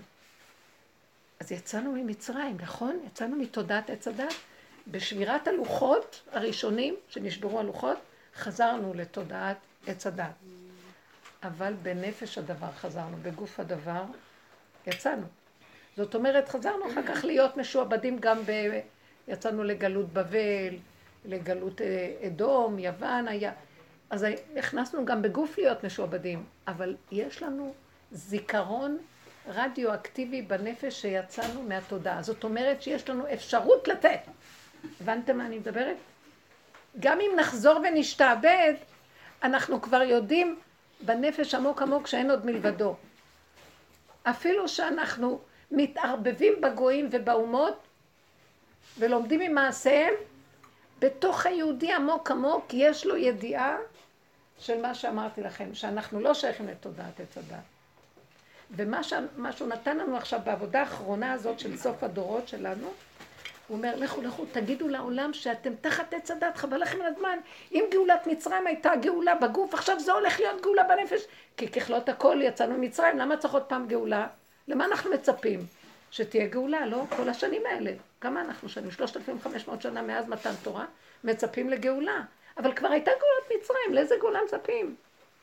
אז יצאנו ממצרים, נכון? יצאנו מתודעת עץ הדת. בשבירת הלוחות הראשונים, שנשברו הלוחות, חזרנו לתודעת עץ הדת. אבל בנפש הדבר חזרנו, בגוף הדבר יצאנו. זאת אומרת, חזרנו אחר כך להיות משועבדים גם ב... יצאנו לגלות בבל, לגלות אדום, יוון היה... אז הכנסנו גם בגוף להיות משועבדים, אבל יש לנו זיכרון רדיואקטיבי בנפש שיצאנו מהתודעה. זאת אומרת שיש לנו אפשרות לתת. הבנתם מה אני מדברת? גם אם נחזור ונשתעבד, אנחנו כבר יודעים בנפש עמוק עמוק שאין עוד מלבדו. אפילו שאנחנו מתערבבים בגויים ובאומות, ולומדים ממעשיהם, בתוך היהודי עמוק עמוק יש לו ידיעה של מה שאמרתי לכם, שאנחנו לא שייכים לתודעת עץ הדת. ומה ש... שהוא נתן לנו עכשיו בעבודה האחרונה הזאת של סוף הדורות שלנו, הוא אומר, לכו, לכו, תגידו לעולם שאתם תחת עץ הדת, חבל לכם על הזמן. אם גאולת מצרים הייתה גאולה בגוף, עכשיו זה הולך להיות גאולה בנפש. כי ככלות הכל יצאנו ממצרים, למה צריך עוד פעם גאולה? למה אנחנו מצפים? שתהיה גאולה, לא? כל השנים האלה. כמה אנחנו שנים? שלושת אלפים וחמש מאות שנה מאז מתן תורה, מצפים לגאולה. אבל כבר הייתה גאולת מצרים, לאיזה גאולה מצפים?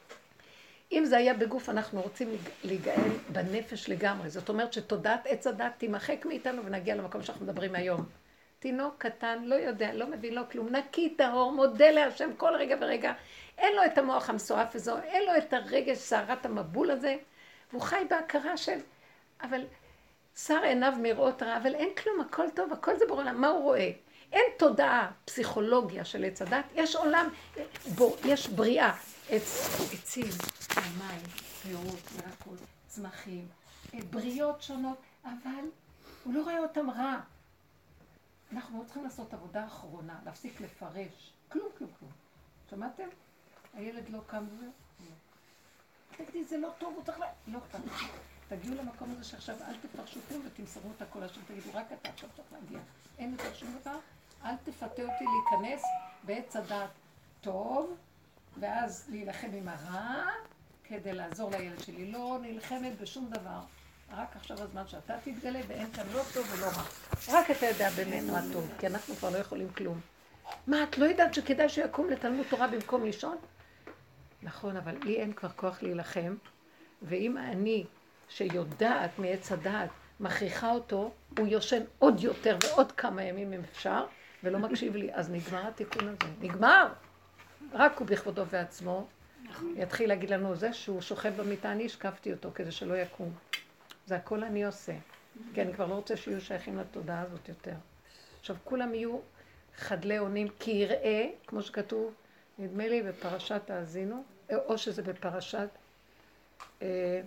אם זה היה בגוף, אנחנו רוצים להיגאל בנפש לגמרי. זאת אומרת שתודעת עץ הדת תימחק מאיתנו ונגיע למקום שאנחנו מדברים היום. תינוק קטן, לא יודע, לא מבין לו כלום, נקי טהור, מודה להשם כל רגע ורגע. אין לו את המוח המסועף הזה, אין לו את הרגש, סערת המבול הזה, והוא חי בהכרה של... אבל שר עיניו מראות רע, אבל אין כלום, הכל טוב, הכל זה בעולם. מה הוא רואה? אין תודעה, פסיכולוגיה של עץ הדת, יש עולם, בו, יש בריאה. עץ, עצים, מים, פירות, ירקות, צמחים, בריות שונות, אבל הוא לא רואה אותם רע. אנחנו צריכים לעשות עבודה אחרונה, להפסיק לפרש. כלום, כלום, כלום. שמעתם? הילד לא קם וזה? לא. תגידי, זה לא טוב, הוא צריך ל... לא אכפת. תגיעו למקום הזה שעכשיו אל תפרשו כלום ותמסרו את הכל השם. תגידו, רק אתה עכשיו צריך להגיע. אין יותר שום דבר. אל תפתה אותי להיכנס בעץ הדת טוב, ואז להילחם עם הרע, כדי לעזור לילד שלי. לא נלחמת בשום דבר. רק עכשיו הזמן שאתה תתגלה, ואין כאן לא טוב ולא רע. רק אתה יודע באמת מה טוב, כי אנחנו כבר לא יכולים כלום. מה, את לא יודעת שכדאי שיקום לתלמוד תורה במקום לישון? נכון, אבל לי אין כבר כוח להילחם, ואם אני, שיודעת מעץ הדעת, מכריחה אותו, הוא יושן עוד יותר ועוד כמה ימים אם אפשר, ולא מקשיב לי, אז נגמר התיקון הזה. נגמר! רק הוא בכבודו ועצמו, יתחיל להגיד לנו זה שהוא שוכב במיטה, אני השקפתי אותו כדי שלא יקום. זה הכל אני עושה. כי אני כבר לא רוצה שיהיו שייכים לתודעה הזאת יותר. עכשיו, כולם יהיו חדלי אונים, כי יראה, כמו שכתוב, נדמה לי בפרשת האזינו, או שזה בפרשת, אה,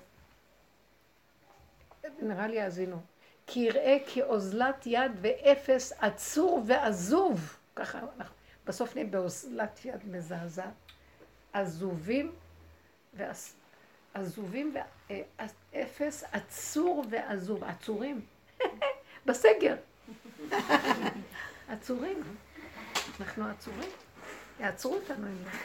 נראה לי האזינו, כי יראה כאוזלת יד ואפס עצור ועזוב. ככה אנחנו, בסוף נהיה באוזלת יד מזעזע. עזובים ועז... עזובים ואפס, עצור ועזוב, עצורים, בסגר, עצורים, אנחנו עצורים, יעצרו אותנו אם לא.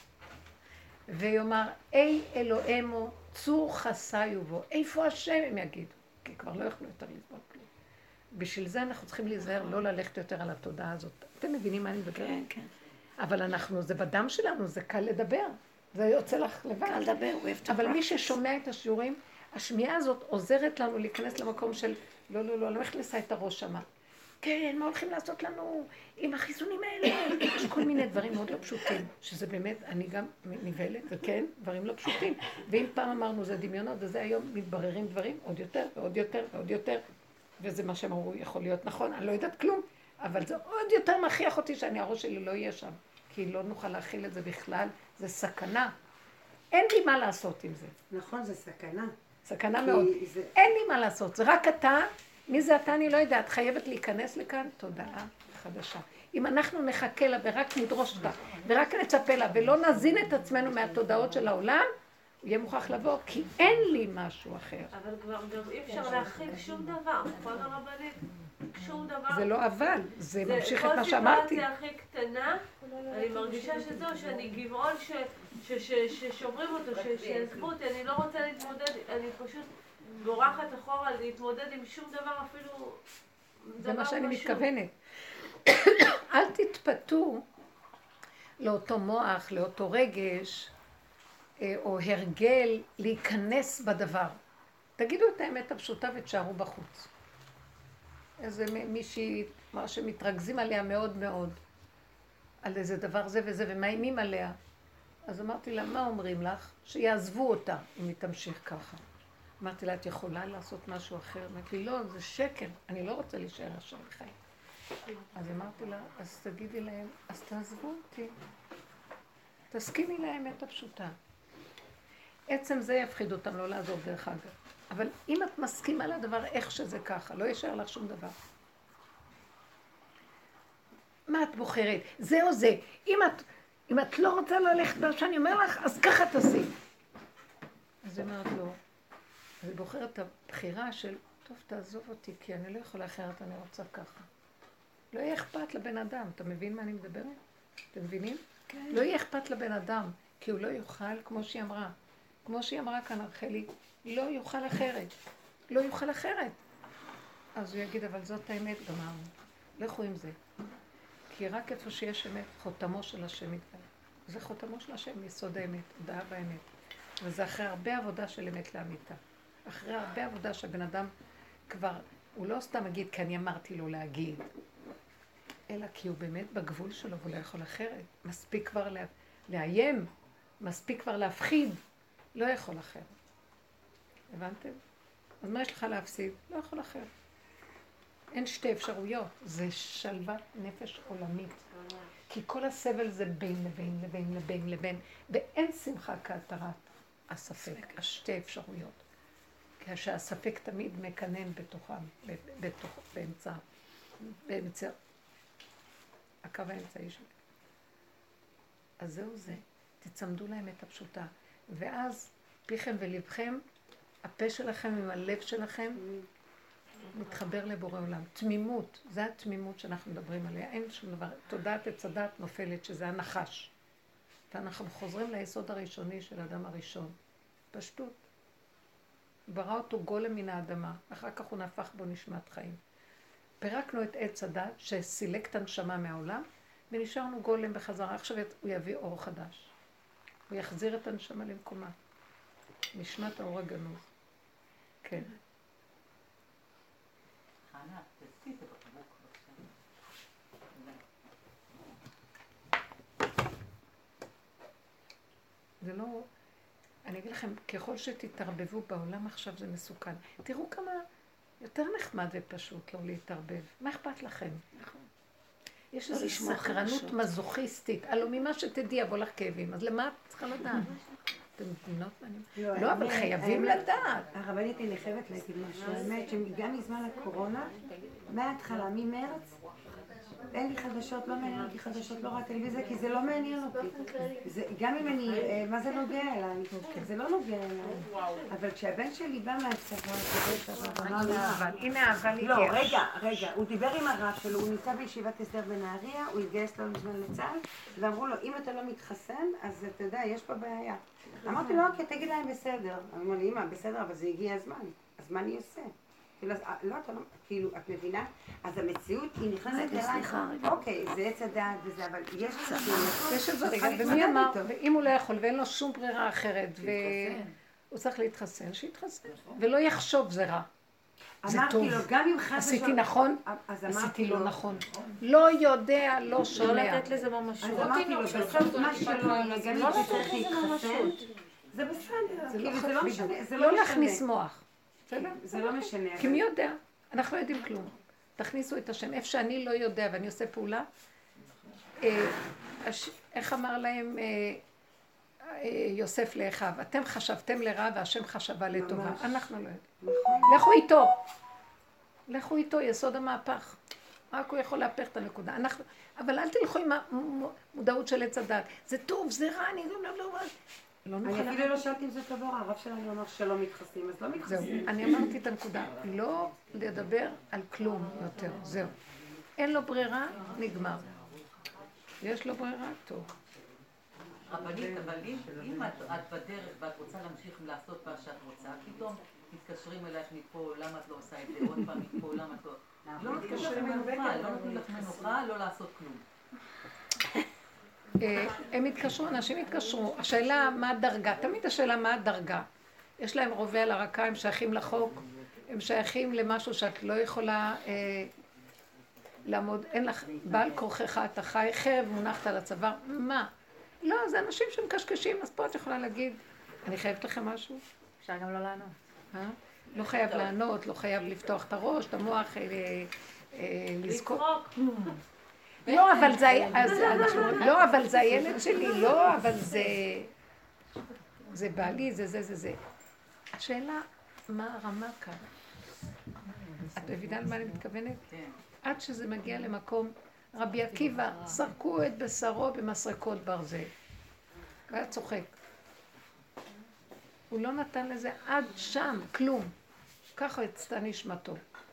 ויאמר, אי אלוהימו צור חסיו בו, איפה השם הם יגידו, כי כבר לא יכולו יותר לסבול כלום. בשביל זה אנחנו צריכים להיזהר, לא ללכת יותר על התודעה הזאת. אתם מבינים מה אני מדבר? כן, כן. אבל אנחנו, זה בדם שלנו, זה קל לדבר. זה יוצא לך לבד. קל לדבר, הוא אוהב את אבל מי ששומע את השיעורים, השמיעה הזאת עוזרת לנו להיכנס למקום של לא, לא, לא, לא הכניסה את הראש שמה. כן, מה הולכים לעשות לנו עם החיסונים האלה? יש כל מיני דברים מאוד לא פשוטים, שזה באמת, אני גם נבהלת, וכן, דברים לא פשוטים. ואם פעם אמרנו זה דמיונות, וזה היום מתבררים דברים עוד יותר ועוד יותר ועוד יותר, וזה מה שהם אמרו, יכול להיות נכון, אני לא יודעת כלום, אבל זה עוד יותר מכריח אותי שאני הראש שלי לא יהיה שם, כי לא נוכל להכיל את זה בכלל, זה סכנה. אין לי מה לעשות עם זה. נכון, זה סכנה. סכנה מאוד. זה... אין לי מה לעשות, זה רק אתה, מי זה אתה אני לא יודעת, חייבת להיכנס לכאן תודעה חדשה. אם אנחנו נחכה לה ורק נדרוש אותה, ורק נצפה לה, ולא נזין את עצמנו מהתודעות של העולם, הוא יהיה מוכרח לבוא, כי אין לי משהו אחר. אבל כבר גם אי אפשר להכיל שום דבר, נכון הרבנית? שום דבר. זה לא אבל, זה ממשיך את מה שאמרתי. כל סיטואציה הכי קטנה, אני מרגישה שזהו, שאני גבעול ששוברים אותו, שיעזבו אותי, אני לא רוצה להתמודד, אני פשוט בורחת אחורה להתמודד עם שום דבר, אפילו זה מה שאני מתכוונת. אל תתפתו לאותו מוח, לאותו רגש, או הרגל להיכנס בדבר. תגידו את האמת הפשוטה ותשארו בחוץ. איזה מישהי, מה שמתרכזים עליה מאוד מאוד, על איזה דבר זה וזה, ומאיימים עליה. אז אמרתי לה, מה אומרים לך? שיעזבו אותה, אם היא תמשיך ככה. אמרתי לה, את יכולה לעשות משהו אחר? אמרתי לי, לא, זה שקר, אני לא רוצה להישאר עכשיו בחיים. אז אמרתי לה, אז תגידי להם, אז תעזבו אותי. תסכימי לאמת הפשוטה. עצם זה יפחיד אותם, לא לעזוב דרך אגב. אבל אם את מסכימה לדבר איך שזה ככה, לא יישאר לך שום דבר. מה את בוחרת? זה או זה. אם את, אם את לא רוצה ללכת מה שאני אומר לך, אז ככה תעשי. אז היא אומרת לו, אני בוחרת את הבחירה של, טוב, תעזוב אותי, כי אני לא יכולה אחרת, אני רוצה ככה. לא יהיה אכפת לבן אדם, אתה מבין מה אני מדברת? אתם מבינים? כן. לא יהיה אכפת לבן אדם, כי הוא לא יוכל, כמו שהיא אמרה. כמו שהיא אמרה כאן, רחלי, לא יוכל אחרת. לא יוכל אחרת. אז הוא יגיד, אבל זאת האמת, גמרנו. לכו עם זה. כי רק איפה שיש אמת, חותמו של השם יתגלה. זה חותמו של השם, יסוד האמת, הודעה באמת. וזה אחרי הרבה עבודה של אמת לאמיתה. אחרי הרבה עבודה שהבן אדם כבר, הוא לא סתם מגיד, כי אני אמרתי לו להגיד, אלא כי הוא באמת בגבול שלו, והוא לא יכול אחרת. מספיק כבר לה, לאיים, מספיק כבר להפחיד, לא יכול אחרת. הבנתם? אז מה יש לך להפסיד? לא יכול אחרת. אין שתי אפשרויות, זה שלוות נפש עולמית. כי כל הסבל זה בין לבין לבין לבין לבין, ואין שמחה כהתרת הספק, השתי אפשרויות. כשהספק תמיד מקנן בתוכם, בתוך, באמצע, באמצע, הקו האמצעי שלהם. אז זהו זה, תצמדו להם את הפשוטה, ואז פיכם ולבכם, הפה שלכם עם הלב שלכם, מתחבר לבורא עולם. תמימות, זה התמימות שאנחנו מדברים עליה, אין שום דבר. תודעת עץ הדת נופלת, שזה הנחש. ואנחנו חוזרים ליסוד הראשוני של האדם הראשון. פשטות. ברא אותו גולם מן האדמה, אחר כך הוא נהפך בו נשמת חיים. פירקנו את עץ הדת שסילק את הנשמה מהעולם, ונשארנו גולם בחזרה. עכשיו הוא יביא אור חדש. הוא יחזיר את הנשמה למקומה. נשמת האור הגנוז. כן. חנה, תעשי את הבקבוק בבקשה. זה לא... אני אגיד לכם, ככל שתתערבבו בעולם עכשיו זה מסוכן. תראו כמה יותר נחמד ופשוט לא להתערבב. מה אכפת לכם? נכון. יש איזו סקרנות מזוכיסטית. הלוא ממה שתדעי, יבוא לך כאבים. אז למה את צריכה לדעת? אתם מבינות מה אני... לא, אבל חייבים לדעת. הרבנית, אני חייבת להגיד משהו. האמת שגם מזמן הקורונה, מההתחלה, ממרץ, אין לי חדשות, לא מעניין אותי חדשות, לא רואה טלוויזיה, כי זה לא מעניין אותי. גם אם אני, מה זה נוגע אליי? זה לא נוגע אליי. אבל כשהבן שלי בא מהצבא, הנה אהבה לי. לא, רגע, רגע, הוא דיבר עם הרב שלו, הוא נמצא בישיבת הסדר בנהריה, הוא התגייס לו מזמן לצה"ל, ואמרו לו, אם אתה לא מתחסן, אז אתה יודע, יש פה בעיה. אמרתי לו, אוקיי, תגיד להם בסדר. אמרו לי, אמא, בסדר, אבל זה הגיע הזמן. אז מה אני עושה? לא, אתה לא, כאילו, את מבינה? אז המציאות היא נכנסת אליי, אוקיי, זה עץ הדעת וזה, אבל יש יש את זה רגע, ומי אמר, ואם הוא לא יכול ואין לו שום ברירה אחרת, והוא צריך להתחסן, שיתחסן, ולא יחשוב זה רע. זה טוב. עשיתי נכון, עשיתי לא נכון. לא יודע, לא שומע. לא לתת לזה ממשות. אז אמרתי לו, בסוף מה שלא יהיה, גם אם צריך להתחסן, זה בסדר, זה לא משנה. לא להכניס מוח. זה לא משנה. כי מי יודע? אנחנו לא יודעים כלום. תכניסו את השם. איפה שאני לא יודע ואני עושה פעולה, איך אמר להם יוסף לאחיו, אתם חשבתם לרע והשם חשבה לטובה. אנחנו לא יודעים. לכו איתו. לכו איתו, יסוד המהפך. רק הוא יכול להפך את הנקודה. אבל אל תלכו עם המודעות של עץ הדת. זה טוב, זה רע, אני לא לא... אני אפילו לא שאלתי אם זה טוב או רע, הרב שלנו אמר שלא מתחסנים, אז לא מתחסנים. זהו, אני אמרתי את הנקודה, לא לדבר על כלום יותר, זהו. אין לו ברירה, נגמר. יש לו ברירה, טוב. רבנית, אבל אם את בדרך ואת רוצה להמשיך לעשות מה שאת רוצה, פתאום מתקשרים אלייך מפה, למה את לא עושה את זה, עוד פעם מפה, למה את לא... לא מתקשרים מנוחה, לא נותנים לך מנוחה, לא לעשות כלום. הם התקשרו, אנשים התקשרו, השאלה מה הדרגה, תמיד השאלה מה הדרגה. יש להם רובה על הרקה, הם שייכים לחוק, הם שייכים למשהו שאת לא יכולה אה, לעמוד, אין לך, בעל כורכך אתה חי, חרב מונחת על הצוואר, מה? לא, זה אנשים שמקשקשים, אז פה את יכולה להגיד, אני חייבת לכם משהו? אפשר גם לא לענות. אה? לא חייב לענות, לא חייב לפתוח את הראש, את המוח, אה, אה, לזכור. לא, אבל זה, אז אנחנו, לא, אבל זה הילד שלי, לא, אבל זה, זה בעלי, זה, זה, זה, זה. השאלה, מה הרמה כאן? את מבינה למה אני מתכוונת? עד שזה מגיע למקום, רבי עקיבא, סרקו את בשרו במסרקות ברזל. הוא היה צוחק. הוא לא נתן לזה עד שם, כלום. ככה הצתה נשמתו.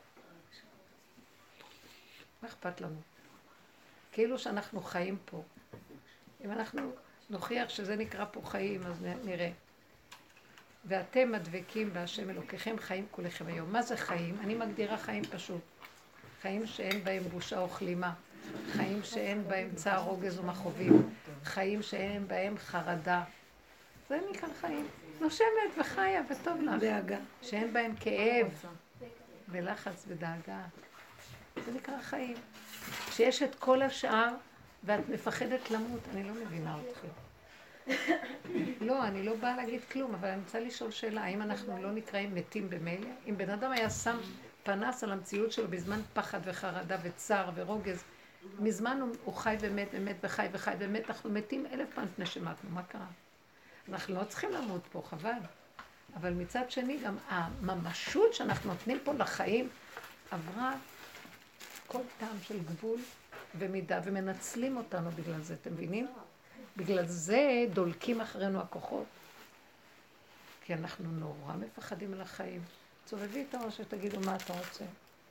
מה אכפת לנו? כאילו שאנחנו חיים פה. אם אנחנו נוכיח שזה נקרא פה חיים, אז נראה. ואתם מדבקים בהשם אלוקיכם חיים כולכם היום. מה זה חיים? אני מגדירה חיים פשוט. חיים שאין בהם בושה או כלימה. חיים שאין בהם צער, רוגז ומכאובים. חיים שאין בהם חרדה. זה נקרא חיים. נושמת וחיה וטוב לך. דאגה. שאין בהם כאב ולחץ ודאגה. זה נקרא חיים. כשיש את כל השאר ואת מפחדת למות, אני לא מבינה אתכם. לא, אני לא באה להגיד כלום, אבל אני רוצה לשאול שאלה, האם אנחנו לא נקראים מתים במילא? אם בן אדם היה שם פנס על המציאות שלו בזמן פחד וחרדה וצער ורוגז, מזמן הוא, הוא חי ומת ומת וחי וחי ומת, אנחנו מתים אלף פעם לפני שמתנו, מה קרה? אנחנו לא צריכים למות פה, חבל. אבל מצד שני גם הממשות שאנחנו נותנים פה לחיים עברה כל טעם של גבול ומידה ומנצלים אותנו בגלל זה, אתם מבינים? בגלל זה דולקים אחרינו הכוחות. כי אנחנו נורא מפחדים על החיים. צובבי את הראש ותגידו מה אתה רוצה.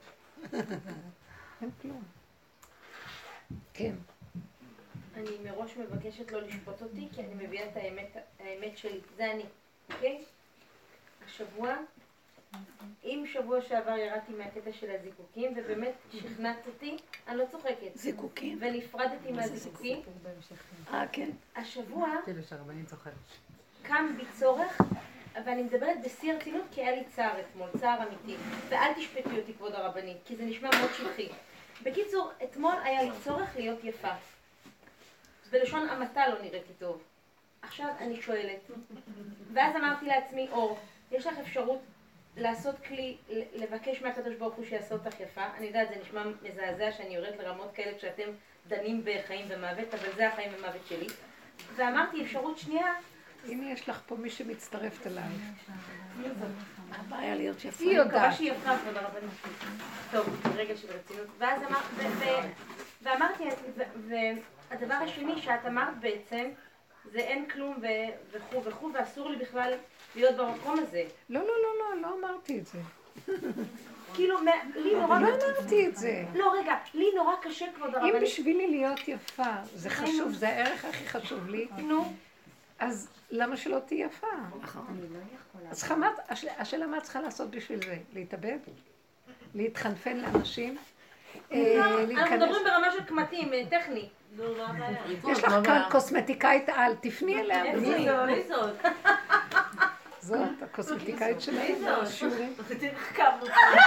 אין כלום. כן. אני מראש מבקשת לא לשפוט אותי, כי אני מביאה את האמת, האמת שלי. זה אני, אוקיי? השבוע, אם שבוע שעבר ירדתי מהקטע של הזיקוקים, ובאמת שכנעת אותי, אני לא צוחקת. זיקוקים. ונפרדתי מהזיקוקים. אה, כן. השבוע, כאילו שהרבנית צוחקת. קם בי צורך, ואני מדברת בשיא הרצינות, כי היה לי צער אתמול, צער אמיתי. ואל תשפטי אותי, כבוד הרבנית, כי זה נשמע מאוד שטחי. בקיצור, אתמול היה לי צורך להיות יפה. בלשון המעטה לא נראיתי טוב. עכשיו אני שואלת. ואז אמרתי לעצמי, אור, יש לך אפשרות לעשות כלי, לבקש מהקדוש ברוך הוא שיעשה אותך יפה. אני יודעת, זה נשמע מזעזע שאני יורדת לרמות כאלה כשאתם דנים בחיים ומוות, אבל זה החיים ומוות שלי. ואמרתי, אפשרות שנייה, הנה יש לך פה מי שמצטרפת אליי. מה הבעיה להיות יפה? היא יודעת. מקווה שהיא יפה, כבוד הרבנית. טוב, רגע של רצינות. ואז ואמרתי, והדבר השני שאת אמרת בעצם, זה אין כלום וכו' וכו', ואסור לי בכלל להיות במקום הזה. לא, לא, לא, לא, לא אמרתי את זה. כאילו, לי נורא... לא אמרתי את זה. לא, רגע, לי נורא קשה, כבוד הרבנית. אם בשבילי להיות יפה, זה חשוב, זה הערך הכי חשוב לי. נו. אז למה שלא תהיה יפה? אז חמת, השאלה מה צריכה לעשות בשביל זה? להתאבד? להתחנפן לאנשים? אנחנו מדברים ברמה של קמטים, טכני. יש לך כאן קוסמטיקאית על, תפני אליה. מי זאת? זאת הקוסמטיקאית שלנו. מי זאת? שיעורים. תחכבנו.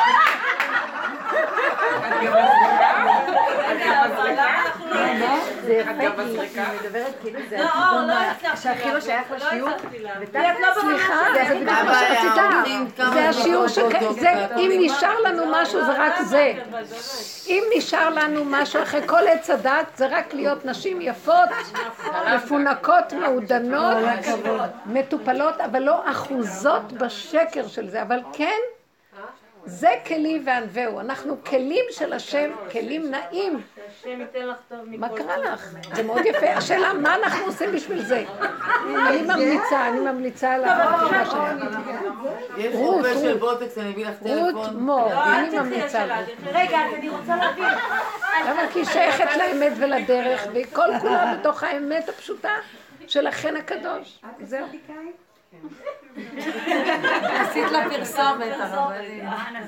זה יפה, כי היא מדברת כאילו זה לא, לא הצלחתי. שהכי לא שייך לשיעור. סליחה, זה בדיוק מה שרצית. זה השיעור ש... אם נשאר לנו משהו זה רק זה. אם נשאר לנו משהו אחרי כל עץ הדת זה רק להיות נשים יפות, מפונקות, מעודנות, מטופלות, אבל לא אחוזות בשקר של זה. אבל כן, זה כלי וענווהו. אנחנו כלים של השם, כלים נעים. השם ייתן לך טוב מכל. מה קרה לך? זה מאוד יפה. השאלה, מה אנחנו עושים בשביל זה? אני ממליצה, אני ממליצה על מה שהיה. יש רופא של בוטקס, אני אביא לך טלפון. רות מור, אני ממליצה. רגע, אז אני רוצה להבין. למה? כי היא שייכת לאמת ולדרך, והיא כל כולה בתוך האמת הפשוטה של החן הקדוש. זהו. עשית לה פרסומת, הרבנית.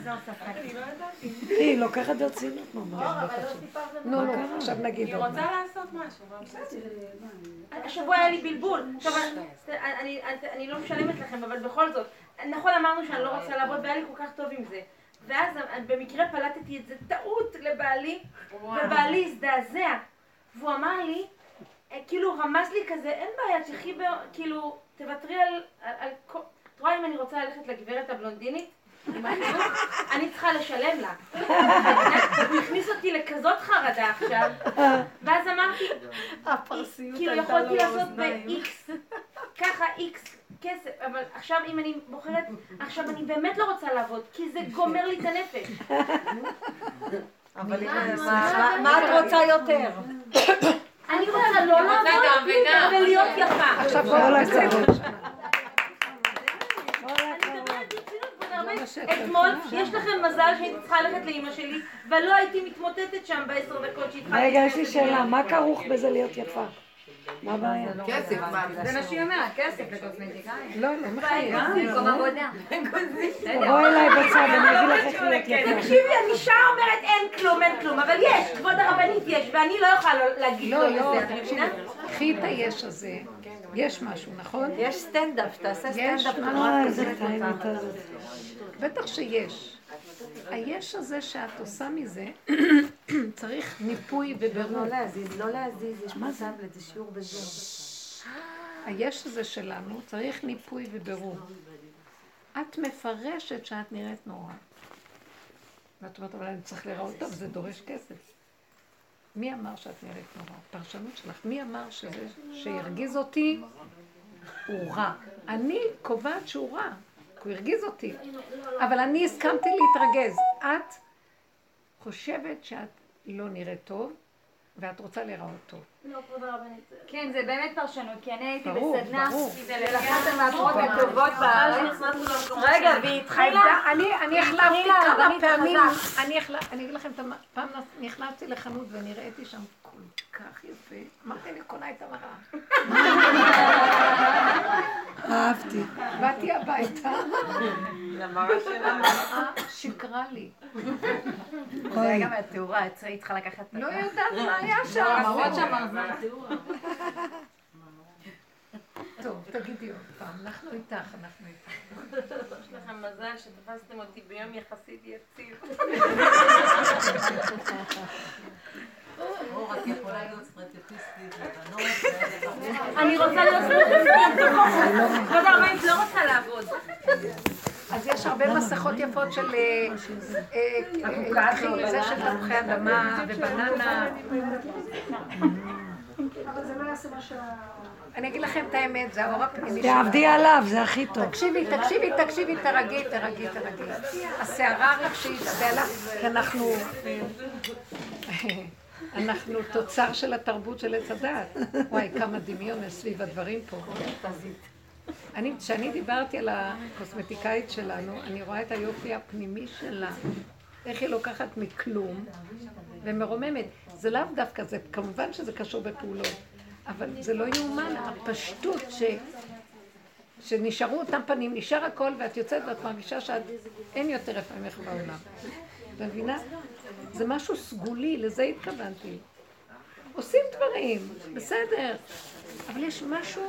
היא לוקחת ברצינות ממש. נו, נו, עכשיו נגיד עוד מה. רוצה לעשות משהו. השבוע היה לי בלבול. עכשיו, אני- אני לא משלמת לכם, אבל בכל זאת, נכון אמרנו שאני לא רוצה לעבוד, והיה לי כל כך טוב עם זה. ואז במקרה פלטתי את זה טעות לבעלי, ובעלי הזדעזע. והוא אמר לי, כאילו רמז לי כזה, אין בעיה, תחי ב... כאילו, תוותרי על... על כל... את רואה אם אני רוצה ללכת לגברת הבלונדינית? עם החיוך, אני צריכה לשלם לה. הוא הכניס אותי לכזאת חרדה עכשיו, ואז אמרתי, כאילו יכולתי לעשות ב-X, ככה X כסף, אבל עכשיו אם אני בוחרת, עכשיו אני באמת לא רוצה לעבוד, כי זה גומר לי את הנפש. אבל מה את רוצה יותר? אני רוצה לא לעבוד ולהיות יפה. עכשיו בואו לקצת. אתמול, יש לכם מזל שהייתי צריכה ללכת לאמא שלי, ולא הייתי מתמוטטת שם בעשר דקות שהתחלתי. רגע, יש לי שאלה, מה כרוך בזה להיות יפה? מה הבעיה? כסף, מה? זה נשים אומרת, כסף לקוסמטיקאים. לא, לא מחייב. במקום עבודה. בואי אליי בצד, אני אגיד לך איך להיות יפה. תקשיבי, אני שעה אומרת אין כלום, אין כלום, אבל יש, כבוד הרבנית יש, ואני לא יכולה להגיד לא, לו לא, לזה, את מבינה? קחי את היש הזה. יש משהו, נכון? יש סטנדאפ, תעשה יש סטנדאפ. אה, איזה טעימות הזאת. בטח שיש. היש הזה שאת עושה מזה, צריך ניפוי ובירור. לא להזיז, לא להזיז, יש טאבלט, זה שיעור בזום. היש הזה שלנו צריך ניפוי ובירור. את מפרשת שאת נראית נורא. ואת אומרת, אבל אני צריך לראות טוב, זה דורש כסף. מי אמר שאת נראית נורא? פרשנות שלך. מי אמר שזה שירגיז אותי הוא רע? אני קובעת שהוא רע, כי הוא הרגיז אותי. אבל אני הסכמתי להתרגז. את חושבת שאת לא נראית טוב, ואת רוצה להיראות טוב. לא, כבוד הרבנית. כן, זה באמת פרשנות, כי אני הייתי ברור, בסדנה ברור. של אחת המאפרות הטובות בארץ. רגע, והיא התחילה... אני, אני החלפתי התחילה כמה הרבנית פעמים, חזק. אני החלפ- אני אגיד לכם, את המ- פעם נכנסתי לחנות ונראיתי שם כל כך יפה, אמרתי לי, קונה את המראה. אהבתי. באתי הביתה, המראה שיקרה לי. זה היה גם התאורה, היא צריכה לקחת... לא יודעת מה היה שם. המראות שם טוב, תגידי עוד פעם, אנחנו איתך, אנחנו איתך. יש לכם מזל שתפסתם אותי ביום יחסית יציב. אור, את יכולה להיות סטרטפיסטית, לבנות, אני רוצה להיות סטרטפיסטית. כבוד הרבנית לא רוצה לעבוד. אז יש הרבה מסכות יפות של זה של תפוחי אדמה ובננה. אבל זה לא יעשה מה שה... אני אגיד לכם את האמת, זה האור הפנימי שלנו. תעבדי עליו, זה הכי טוב. תקשיבי, תקשיבי, תקשיבי, תרגי, תרגי, תרגי. הסערה הרגשית, הסערה, אנחנו... אנחנו תוצר של התרבות של עץ הדעת. וואי, כמה דמיון סביב הדברים פה. אני, כשאני דיברתי על הקוסמטיקאית שלנו, אני רואה את היופי הפנימי שלה. איך היא לוקחת מכלום ומרוממת. זה לאו דווקא, זה כמובן שזה קשור בפעולות. אבל זה לא יאומן, הפשטות ש... שנשארו אותם פנים, נשאר הכל ואת יוצאת ואת מרגישה שאת אין יותר רפאמך בעולם. את מבינה? זה משהו סגולי, לזה התכוונתי. עושים דברים, בסדר, אבל יש משהו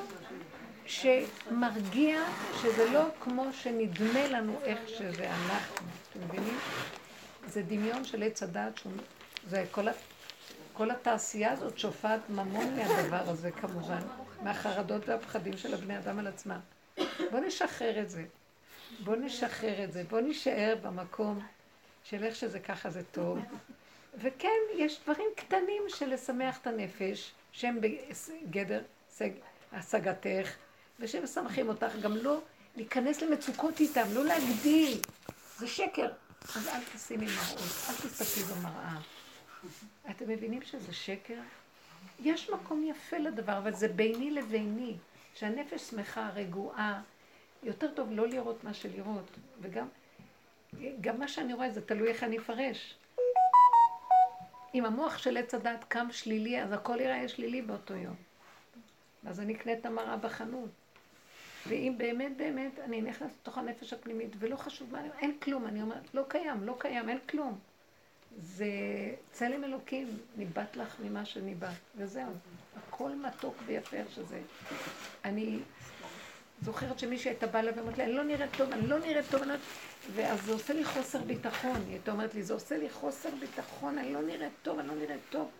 שמרגיע שזה לא כמו שנדמה לנו איך שזה אנחנו. אתם מבינים? זה דמיון של עץ הדעת, זה כל ה... כל התעשייה הזאת שופעת ממון מהדבר הזה כמובן, מהחרדות והפחדים של הבני אדם על עצמם. בוא נשחרר את זה, בוא נשחרר את זה, בוא נשאר במקום של איך שזה ככה זה טוב. וכן, יש דברים קטנים של לשמח את הנפש, שהם בגדר השגתך, ושהם משמחים אותך, גם לא להיכנס למצוקות איתם, לא להגדיל. זה שקר. אז אל תשימי מראות, אל תסתכלי במראה. אתם מבינים שזה שקר? יש מקום יפה לדבר, אבל זה ביני לביני, שהנפש שמחה, רגועה, יותר טוב לא לראות מה שלראות, וגם גם מה שאני רואה זה תלוי איך אני אפרש. אם המוח של עץ הדת קם שלילי, אז הכל יראה שלילי באותו יום. אז אני אקנה את המראה בחנות. ואם באמת באמת אני נכנס לתוך הנפש הפנימית, ולא חשוב מה, אין כלום, אני אומרת, לא קיים, לא קיים, אין כלום. זה צלם אלוקים, ניבט לך ממה שניבט, וזהו. הכל מתוק ויפה שזה. אני זוכרת שמישהי הייתה באה לה ואומרת לי, אני לא נראית טוב, אני לא נראית טוב, ואז זה עושה לי חוסר ביטחון. היא הייתה אומרת לי, זה עושה לי חוסר ביטחון, אני לא נראית טוב, אני לא נראית טוב.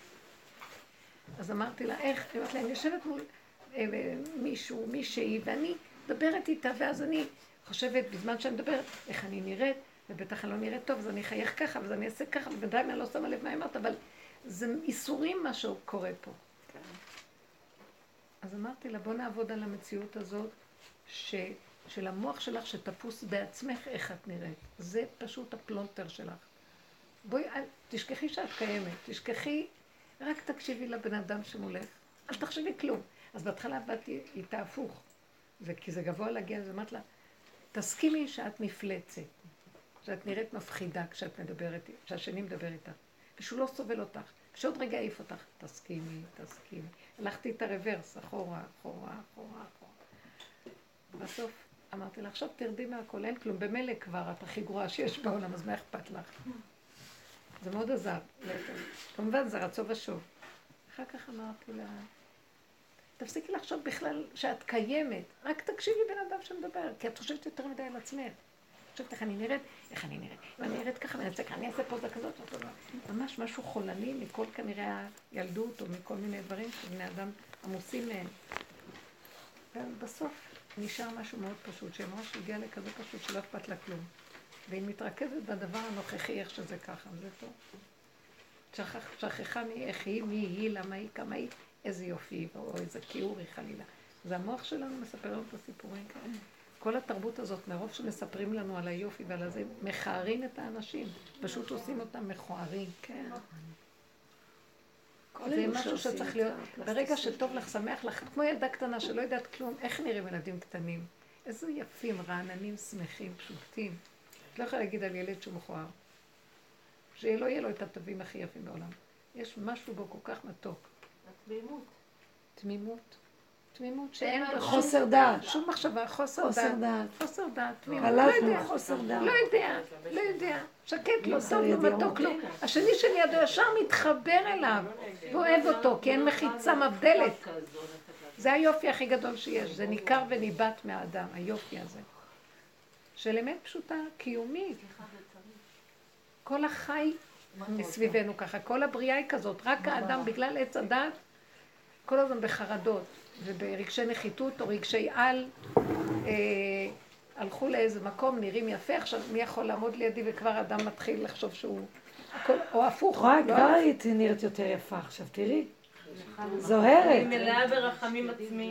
אז אמרתי לה, איך? היא אומרת לה, אני יושבת מול מישהו, מישהי, ואני מדברת איתה, ואז אני חושבת, בזמן שאני מדברת, איך אני נראית, ובטח אני לא נראית טוב, אז אני אחייך ככה, ואז אני אעשה ככה, ובינתיים אני לא שמה לב מה אמרת, אבל זה איסורים מה שקורה פה. אז אמרתי לה, בוא נעבוד על המציאות הזאת, ש... של המוח שלך שתפוס בעצמך איך את נראית. זה פשוט הפלונטר שלך. בואי, תשכחי שאת קיימת, תשכחי, רק תקשיבי לבן אדם שמולך, אל תחשבי כלום. אז בהתחלה באתי איתה הפוך, וכי זה גבוה להגיע, אז אמרת לה, תסכימי שאת מפלצת, שאת נראית מפחידה כשאת מדברת, כשהשני מדבר איתך, ושהוא לא סובל אותך, שעוד רגע העיף אותך, תסכימי, תסכימי. הלכתי את הרוורס, אחורה, אחורה, אחורה, אחורה. בסוף אמרתי לה, עכשיו תרדי מהכל, אין כלום, במילא כבר את הכי גרועה שיש בעולם, אז מה אכפת לך? זה מאוד עזר. כמובן זה רצו ושוב. אחר כך אמרתי לה, תפסיקי לחשוב בכלל שאת קיימת, רק תקשיבי בן אדם שמדבר, כי את חושבת יותר מדי על עצמך. חושבת איך אני נראית, איך אני נראית, ואני נראית ככה, ואני אעשה, אני אעשה פוזה כזאת, ממש משהו חולני מכל כנראה הילדות, או מכל מיני דברים שבני אדם עמוסים מהם. ובסוף נשאר משהו מאוד פשוט, שממש הגיע לכזה פשוט שלא אכפת לה כלום. והיא מתרכזת בדבר הנוכחי, איך שזה ככה, זה טוב. שכח, שכחה מי, איך היא, מי היא, למה היא, כמה היא, איזה יופי, או איזה כיעור היא חלילה. זה המוח שלנו מספר לנו את הסיפורים כאלה. כל התרבות הזאת, מרוב שמספרים לנו על היופי ועל הזה, מכערים את האנשים, פשוט עושים אותם מכוערים. כן. זה משהו שצריך להיות, ברגע שטוב לך, שמח לך, כמו ילדה קטנה שלא יודעת כלום, איך נראים ילדים קטנים? איזה יפים, רעננים, שמחים, פשוטים. את לא יכולה להגיד על ילד שהוא מכוער. שלא יהיה לו את הטובים הכי יפים בעולם. יש משהו בו כל כך מתוק. תמימות. תמימות. תמימות שאין בה חוסר דעת. שום מחשבה, חוסר דעת. חוסר דעת. תמימות. לא יודע. חוסר דעת. לא יודע, לא יודע. שקט לו, טוב לו, מתוק לו. השני שלידו ישר מתחבר אליו, ואוהב אותו, כי אין מחיצה מבדלת. זה היופי הכי גדול שיש, זה ניכר וניבט מהאדם, היופי הזה. של אמת פשוטה, קיומית. כל החי מסביבנו ככה, כל הבריאה היא כזאת, רק האדם בגלל עץ הדת, כל הזמן בחרדות וברגשי נחיתות או רגשי על, אה, הלכו לאיזה מקום, נראים יפה, עכשיו מי יכול לעמוד לידי וכבר אדם מתחיל לחשוב שהוא, הכל, או הפוך. רואה, כבר הייתי נראית יותר יפה עכשיו, תראי. זוהרת. אני מלאה ברחמים עצמי.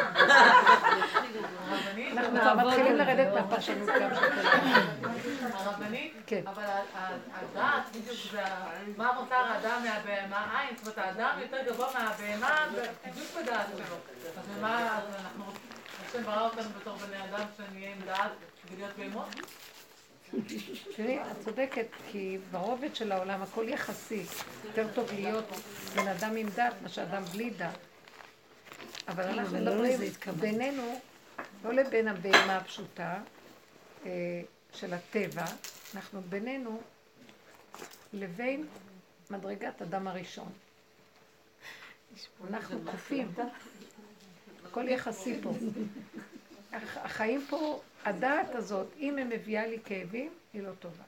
אנחנו מתחילים לרדת מהפרשנות גם של הרבנית, כן. אבל הדעת, בדיוק זה, מה מותר האדם מהבהמה? עין, זאת אומרת, האדם יותר גבוה מהבהמה, בדיוק בדעת שלו. אז מה, אנחנו, השם ברא אותנו בתור בני אדם שנהיה עם דעת ולהיות בהמות? תראי, את צודקת, כי ברובד של העולם הכל יחסי. יותר טוב להיות בן אדם עם דת, מה שאדם בלי דת. אבל אנחנו מדברים בינינו, לא לבין הבהמה הפשוטה של הטבע, אנחנו בינינו לבין מדרגת אדם הראשון. אנחנו קופים. הכל יחסי פה. החיים פה, הדעת הזאת, אם היא מביאה לי כאבים, היא לא טובה.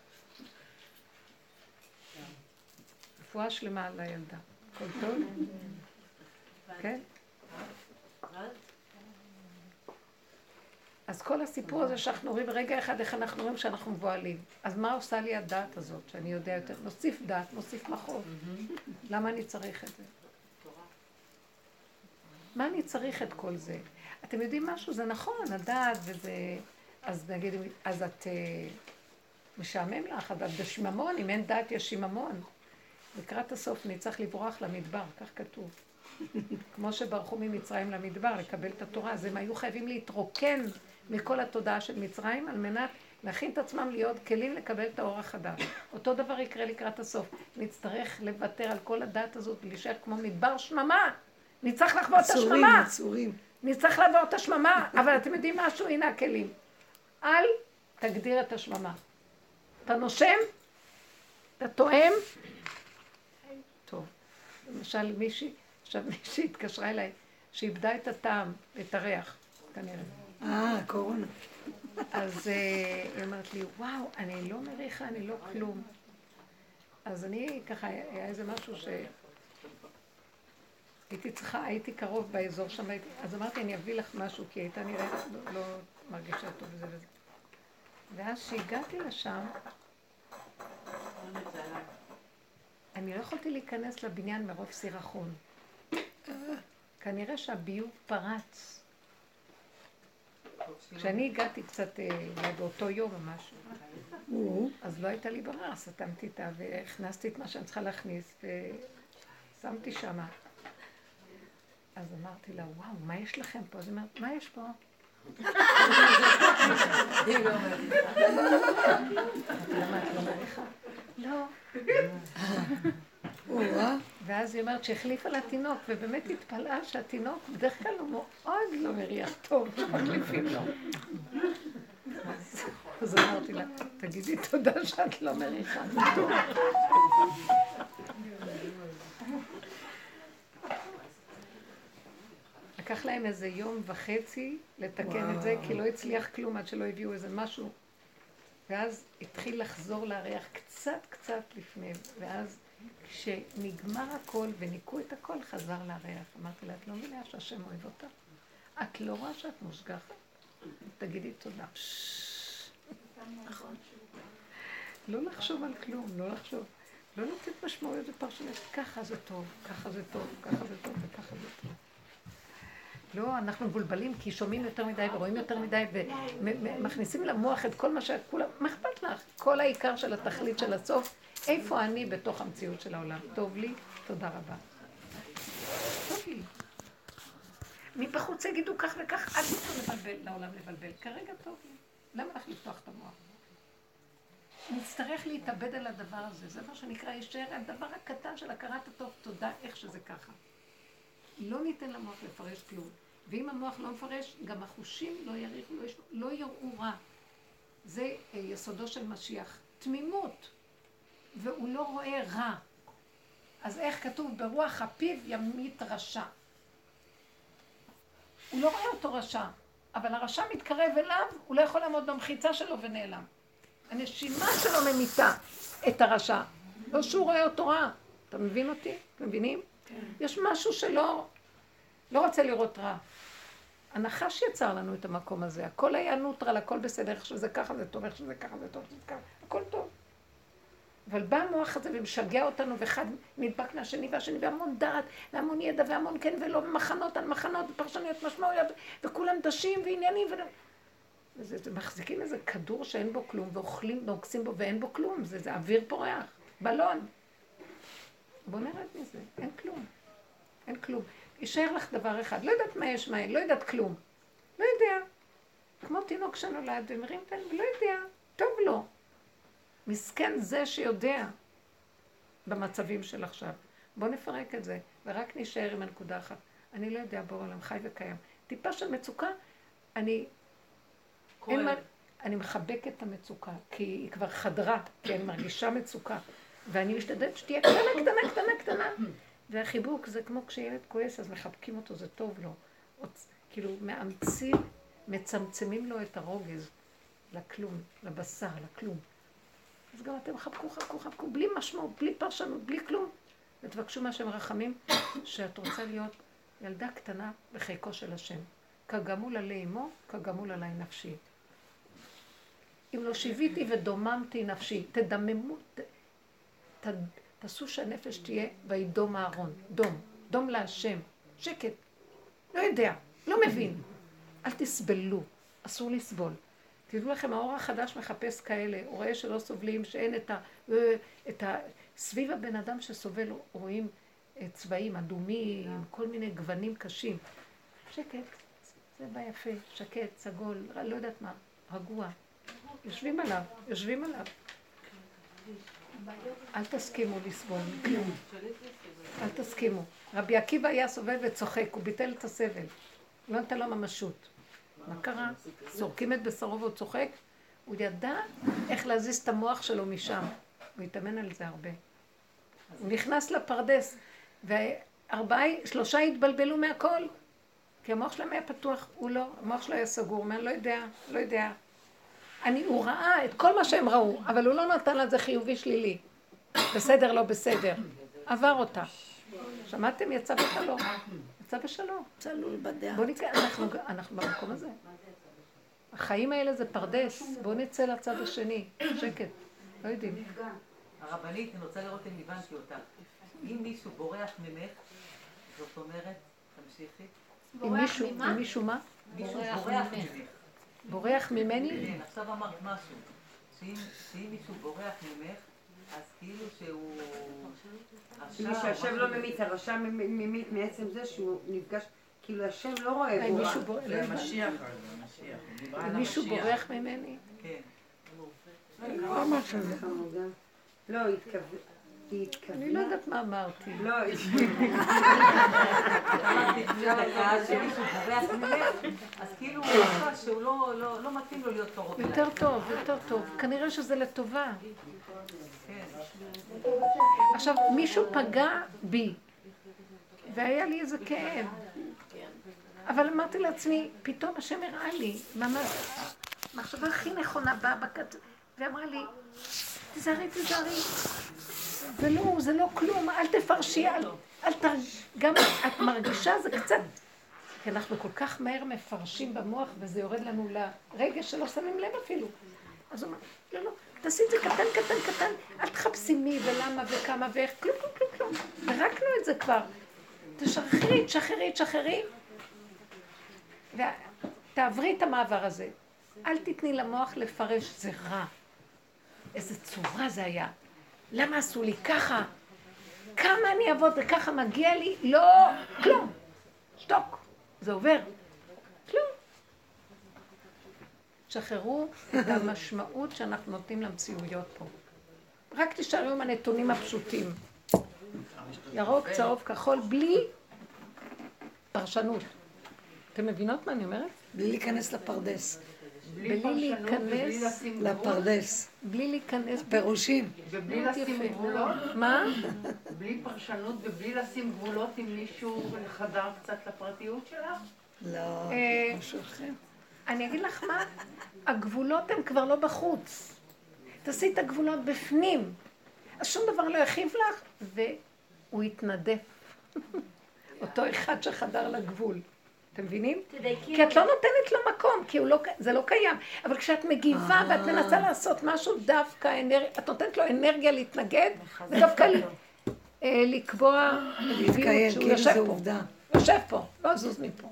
רפואה שלמה על הילדה. הכל טוב? כן? אז כל הסיפור הזה שאנחנו רואים, ברגע אחד איך אנחנו רואים שאנחנו מבועלים. אז מה עושה לי הדעת הזאת, שאני יודע יותר? נוסיף דעת, נוסיף מחוב. למה אני צריך את זה? מה אני צריך את כל זה? אתם יודעים משהו? זה נכון, הדעת וזה... אז נגיד, אז את משעמם לך, את בשממון, אם אין דעת יש שממון. לקראת הסוף נצטרך לברוח למדבר, כך כתוב. כמו שברחו ממצרים למדבר, לקבל את התורה, אז הם היו חייבים להתרוקן מכל התודעה של מצרים, על מנת להכין את עצמם להיות כלים לקבל את האור החדש. אותו דבר יקרה לקראת הסוף. נצטרך לוותר על כל הדעת הזאת ולהישאר כמו מדבר שממה. נצטרך לחוות את השממה. נצטרך לעבור את השממה, אבל אתם יודעים משהו? הנה הכלים. אל תגדיר את השממה. אתה נושם? אתה תואם? טוב. למשל מישהי, עכשיו מישהי התקשרה אליי, שאיבדה את הטעם, את הריח, כנראה. אה, קורונה. אז היא אמרת לי, וואו, אני לא מריחה, אני לא כלום. אז אני ככה, היה איזה משהו ש... הייתי צריכה, הייתי קרוב באזור שם, אז אמרתי, אני אביא לך משהו, כי הייתה נראית, לא, לא מרגישה טוב וזה וזה. ואז שהגעתי לשם, אני לא יכולתי להיכנס לבניין מרוב סירחון. כנראה שהביוב פרץ. כשאני הגעתי קצת באותו יום או משהו, אז לא הייתה לי ברירה, סתמתי איתה והכנסתי את מה שאני צריכה להכניס ושמתי שמה. אז אמרתי לה, וואו, מה יש לכם פה? אז היא אומרת, מה יש פה? אמרתי לה, מה, את לא מעריכה? לא. ואז היא אומרת שהחליפה לתינוק, ובאמת התפלאה שהתינוק בדרך כלל הוא מאוד לא מריח טוב, מחליפים לו. אז אמרתי לה, תגידי תודה שאת לא מריחה טוב. לקח להם איזה יום וחצי לתקן את זה, כי לא הצליח כלום עד שלא הביאו איזה משהו. ואז התחיל לחזור להריח קצת קצת לפני, ואז כשנגמר הכל וניקו את הכל, חזר להריח. אמרתי לה, את לא מבינה שהשם אוהב אותה? את לא רואה שאת מושגחת? תגידי תודה. נכון. לא לחשוב על כלום, לא לחשוב. לא לתת משמעויות ופרשנות. ככה זה טוב, ככה זה טוב, ככה זה טוב וככה זה טוב. לא, אנחנו מבולבלים כי שומעים יותר מדי ורואים יותר מדי ומכניסים למוח את כל מה שכולם, מה אכפת לך? כל העיקר של התכלית של הסוף, איפה אני בתוך המציאות של העולם? טוב לי, תודה רבה. טוב לי. מבחוץ יגידו כך וכך, אל תצטרך לבלבל, לעולם לבלבל. כרגע טוב לי. למה לך לפתוח את המוח? נצטרך להתאבד על הדבר הזה. זה מה שנקרא, ישאר הדבר הקטן של הכרת הטוב, תודה איך שזה ככה. לא ניתן למוח לפרש כלום. ואם המוח לא מפרש, גם החושים לא יריחו, לא, ישמע, לא יראו רע. זה יסודו של משיח. תמימות. והוא לא רואה רע. אז איך כתוב? ברוח הפיו ימית רשע. הוא לא רואה אותו רשע, אבל הרשע מתקרב אליו, הוא לא יכול לעמוד במחיצה שלו ונעלם. הנשימה שלו ממיתה את הרשע. לא שהוא רואה אותו רע. אתה מבין אותי? אתם מבינים? כן. יש משהו שלא לא רוצה לראות רע. הנחש יצר לנו את המקום הזה. הכל היה נוטרל, הכל בסדר, איך שזה ככה זה טוב, איך שזה ככה זה טוב, זה ככה, הכל טוב. אבל בא המוח הזה ומשגע אותנו, ואחד נדבק מהשני והשני, והמון דעת, והמון ידע, והמון כן ולא, ומחנות על מחנות, ופרשנויות משמעויות, וכולם דשים ועניינים, ו... וזה, זה מחזיקים איזה כדור שאין בו כלום, ואוכלים, נוגסים בו, ואין בו כלום, זה, זה אוויר פורח, בלון. בוא נרד מזה, אין כלום, אין כלום. יישאר לך דבר אחד, לא יודעת מה יש מה אין, לא יודעת כלום. לא יודע. כמו תינוק שנולד ומרים פן, ולא יודע, טוב לו. מסכן זה שיודע במצבים של עכשיו. בוא נפרק את זה, ורק נשאר עם הנקודה אחת. אני לא יודע, בור עולם חי וקיים. טיפה של מצוקה, אני... אין מה... אני מחבקת את המצוקה, כי היא כבר חדרה, כי אני מרגישה מצוקה. ואני משתדלת שתהיה קטנה, קטנה, קטנה, קטנה. והחיבוק זה כמו כשילד כועס, אז מחבקים אותו, זה טוב לו. כאילו, מאמצים, מצמצמים לו את הרוגז לכלום, לבשר, לכלום. אז גם אתם חבקו, חבקו, חבקו, בלי משמעות, בלי פרשנות, בלי כלום. ותבקשו מה שהם רחמים, שאת רוצה להיות ילדה קטנה בחיקו של השם. כגמול עלי אמו, כגמול עלי נפשי. אם לא שיוויתי ודוממתי נפשי, תדממו, ת, ת, תעשו שהנפש תהיה וידום הארון, דום, דום להשם, שקט, לא יודע, לא מבין. אל תסבלו, אסור לסבול. תדעו לכם, האור החדש מחפש כאלה, הוא רואה שלא סובלים, שאין את ה... את ה סביב הבן אדם שסובל, רואים צבעים אדומים, כל מיני גוונים קשים. שקט, זה בא יפה, שקט, סגול, לא יודעת מה, רגוע. יושבים עליו, יושבים עליו. אל תסכימו לסבול, כלום. אל תסכימו. רבי עקיבא היה סובל וצוחק, הוא ביטל את הסבל. לא נתן לו ממשות. מה קרה? זורקים את בשרו והוא צוחק. הוא ידע איך להזיז את המוח שלו משם. הוא התאמן על זה הרבה. הוא נכנס לפרדס, וארבעה, שלושה התבלבלו מהכל. כי המוח שלהם היה פתוח, הוא לא, המוח שלו היה סגור, הוא אומר, לא יודע, לא יודע. אני, הוא ראה את כל מה שהם ראו, אבל הוא לא נתן לזה חיובי שלילי. בסדר, לא בסדר. עבר אותה. שמעתם? יצא בשלום. יצא בשלום. צלול בדעה. בואו נקרא, אנחנו, אנחנו במקום הזה. החיים האלה זה פרדס, בואו נצא לצד השני. שקט, לא יודעים. הרבנית, אני רוצה לראות אם הבנתי אותך. אם מישהו בורח ממך, זאת אומרת, תמשיכי. עם מישהו, עם מישהו מה? מישהו בורח ממך. בורח ממני? כן, עכשיו אמרת משהו. שאם מישהו בורח ממך, אז כאילו שהוא... כאילו שהשם לא ממיץ, הרשע ממיץ מעצם זה שהוא נפגש, כאילו השם לא רואה בו. מישהו בורח? זה המשיח, מישהו בורח ממני? כן. לא משהו זה. לא, התכוון. אני לא יודעת מה אמרתי. לא, אז כאילו הוא חושב שהוא לא מתאים לו להיות קרוב אליי. יותר טוב, יותר טוב. כנראה שזה לטובה. עכשיו, מישהו פגע בי, והיה לי איזה כאב. אבל אמרתי לעצמי, פתאום השם הראה לי, ממש, המחשבה הכי נכונה באה בקט, ואמרה לי, תזהרי, תזהרי. זה לא, זה לא כלום, אל תפרשי, אל, אל תרג... גם את מרגישה זה קצת, כי אנחנו כל כך מהר מפרשים במוח וזה יורד לנו לרגע שלא שמים לב אפילו. אז הוא אמר, לא, לא, תעשי את זה קטן, קטן, קטן, אל תחפשי מי ולמה וכמה ואיך, כלום, כלום, כלום, כלום. הרקנו את זה כבר. תשחררי, תשחררי, תשחררי, ותעברי את המעבר הזה. אל תתני למוח לפרש, זה רע. איזה צורה זה היה. למה עשו לי ככה? כמה אני אעבוד וככה מגיע לי? לא, כלום. שתוק. זה עובר. כלום. שחררו את המשמעות שאנחנו נותנים למציאויות פה. רק תשארו עם הנתונים הפשוטים. ירוק, צהוב, כחול, בלי פרשנות. אתם מבינות מה אני אומרת? בלי להיכנס לפרדס. בלי להיכנס לפרדס. בלי להיכנס פירושים. ובלי לשים גבולות? מה? בלי פרשנות ובלי לשים גבולות עם מישהו חדר קצת לפרטיות שלך? לא, משהו אחר. אני אגיד לך מה, הגבולות הם כבר לא בחוץ. תעשי את הגבולות בפנים. אז שום דבר לא יכאיב לך, והוא יתנדף. אותו אחד שחדר לגבול. אתם מבינים? כי את לא נותנת לו מקום, כי לא, זה לא קיים. אבל כשאת מגיבה ואת מנסה לעשות משהו דווקא, את נותנת לו אנרגיה להתנגד, ודווקא לקבוע להתקיים, כאילו זה עובדה. יושב פה, לא זוז מפה.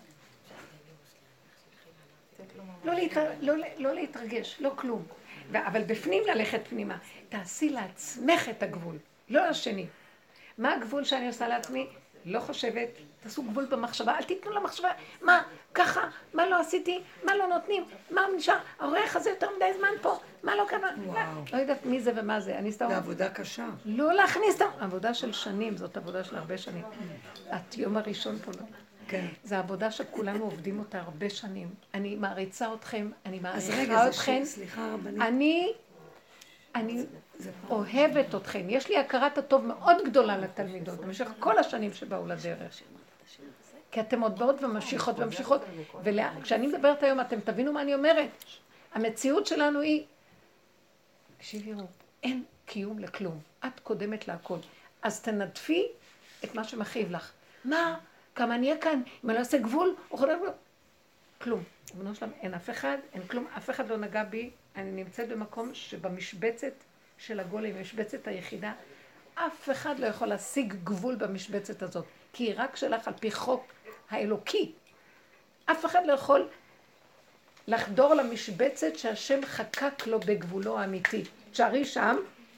לא להתרגש, לא כלום. אבל בפנים ללכת פנימה. תעשי לעצמך את הגבול, לא לשני. מה הגבול שאני עושה לעצמי? לא חושבת, תעשו גבול במחשבה, אל תיתנו למחשבה, מה, ככה, מה לא עשיתי, מה לא נותנים, מה נשאר, האורח הזה יותר מדי זמן פה, מה לא קרה, לא יודעת מי זה ומה זה, אני סתם... זה עבודה קשה. לא להכניס את... עבודה של שנים, זאת עבודה של הרבה שנים. את יום הראשון פה לא. כן. זו עבודה שכולנו עובדים אותה הרבה שנים. אני מעריצה אתכם, אני אז מעריכה רגע, אתכם. סליחה רבנית. אני... אני אוהבת אתכם. יש לי הכרת הטוב מאוד גדולה לתלמידות, במשך כל השנים שבאו לדרך. כי אתם עוד באות וממשיכות וממשיכות. וכשאני מדברת היום, אתם תבינו מה אני אומרת. המציאות שלנו היא, תקשיבו, אין קיום לכלום. את קודמת להכל. אז תנדפי את מה שמכאיב לך. מה? כמה אני אהיה כאן? אם אני לא אעשה גבול? כלום. בנו שלם, אין אף אחד, אין כלום, אף אחד לא נגע בי. אני נמצאת במקום שבמשבצת של הגולם, משבצת היחידה, אף אחד לא יכול להשיג גבול במשבצת הזאת, כי היא רק שלך על פי חוק האלוקי. אף אחד לא יכול לחדור למשבצת שהשם חקק לו בגבולו האמיתי. תשארי שם,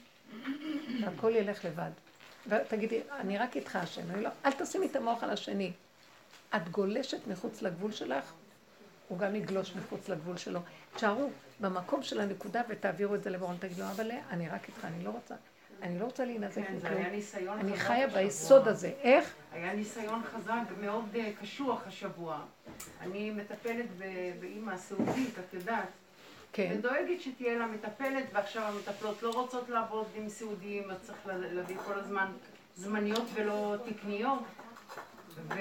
והכל ילך לבד. ותגידי, אני רק איתך השם, אני לא, אל תשימי את המוח על השני. את גולשת מחוץ לגבול שלך, הוא גם יגלוש מחוץ לגבול שלו. תשארו במקום של הנקודה ותעבירו את זה לבורן, תגיד לו, אבל אני רק איתך, אני לא רוצה, אני לא רוצה להינזק מכלום. אני חיה ביסוד הזה. איך? היה ניסיון חזק מאוד קשוח השבוע. אני מטפלת באמא סעודית, את יודעת. כן. ודואגת שתהיה לה מטפלת, ועכשיו המטפלות לא רוצות לעבוד עם סיעודיים, אז צריך להביא כל הזמן זמניות ולא תקניות. ו...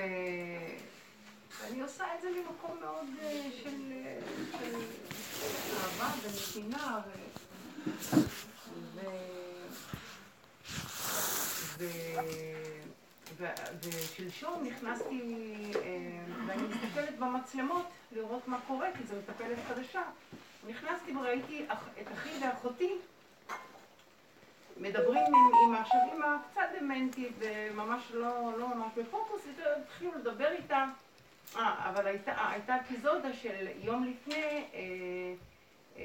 ואני עושה את זה ממקום מאוד של, של אהבה ונתינה ו... ו... ו... ו... ושלשום נכנסתי ואני מסתכלת במצלמות לראות מה קורה, כי זו מטפלת חדשה. נכנסתי וראיתי את אחי ואחותי מדברים עם אמא, עכשיו אמא קצת דמנטית וממש לא, לא ממש בפוקוס, התחילו לדבר איתה אה, אבל הייתה, הייתה אפיזודה של יום לפני, אה, אה,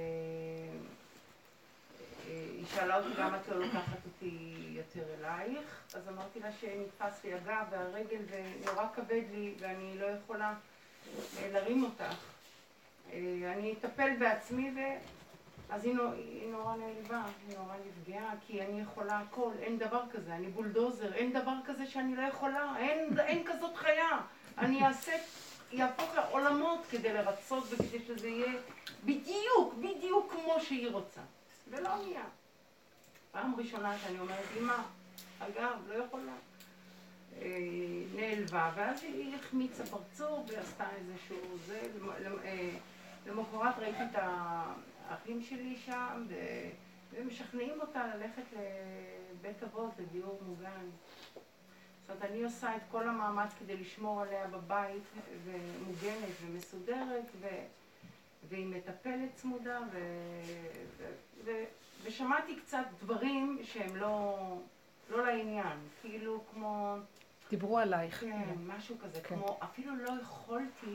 אה, היא שאלה אותי למה את לא לוקחת אותי יותר אלייך, אז אמרתי לה שנתפס לי הגב והרגל ונורא כבד לי ואני לא יכולה אה, להרים אותך. אה, אני אטפל בעצמי ו... אז היא, היא נורא נעלבה, היא נורא נפגעה, כי אני יכולה הכל, אין דבר כזה, אני בולדוזר, אין דבר כזה שאני לא יכולה, אין, אין כזאת חיה. אני אעשה, יהפוך לעולמות כדי לרצות וכדי שזה יהיה בדיוק, בדיוק כמו שהיא רוצה. ולא נהיה. פעם ראשונה שאני אומרת, אמא, אגב, לא יכולה. אה, נעלבה, ואז היא החמיצה פרצוף ועשתה איזשהו זה. למחרת ראיתי את האחים שלי שם, ומשכנעים אותה ללכת לבית אבות, לדיור מוגן. זאת אומרת, אני עושה את כל המאמץ כדי לשמור עליה בבית, ומוגנת ומסודרת, ו... והיא מטפלת צמודה, ו... ו... ו... ושמעתי קצת דברים שהם לא, לא לעניין, כאילו כמו... דיברו עלייך. כן, משהו כזה, כן. כמו אפילו לא יכולתי,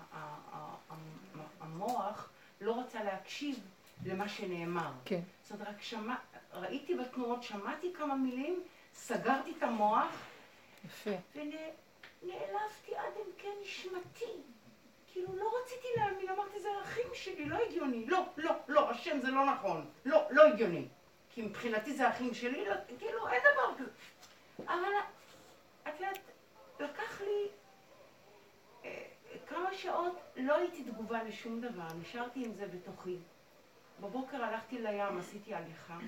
המוח לא רצה להקשיב למה שנאמר. כן. זאת אומרת, רק שמע... ראיתי בתנועות, שמעתי כמה מילים, סגרתי את המוח, יפה. ונעלבתי עד עמקי נשמתי. כאילו, לא רציתי להאמין, אמרתי, זה האחים שלי, לא הגיוני. לא, לא, לא, השם זה לא נכון. לא, לא הגיוני. כי מבחינתי זה האחים שלי, לא, כאילו, אין דבר כזה. אבל, את יודעת, לקח לי אה, כמה שעות, לא הייתי תגובה לשום דבר, נשארתי עם זה בתוכי. בבוקר הלכתי לים, עשיתי הליכה.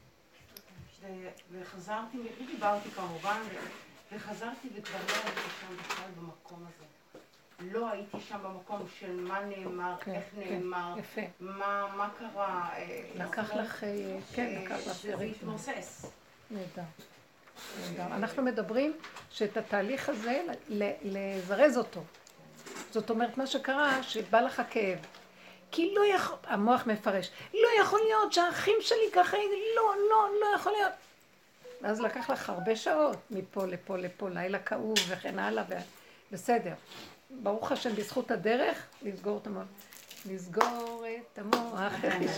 וחזרתי, ודיברתי כמובן, וחזרתי וכבר לא הייתי שם בכלל במקום הזה. לא הייתי שם במקום של מה נאמר, כן, איך כן, נאמר, יפה. מה, מה קרה. לקח לך, כן, לקח לך. שזה התמוסס. נהדר. נהדר. אנחנו מדברים שאת התהליך הזה, לזרז אותו. זאת אומרת, מה שקרה, שבא לך כאב. כי לא יכול, המוח מפרש, לא יכול להיות שהאחים שלי ככה, לא, לא, לא יכול להיות. ואז לקח לך הרבה שעות, מפה לפה לפה, לילה כאוב וכן הלאה, בסדר. ברוך השם, בזכות הדרך, לסגור את המוח. לסגור את המוח,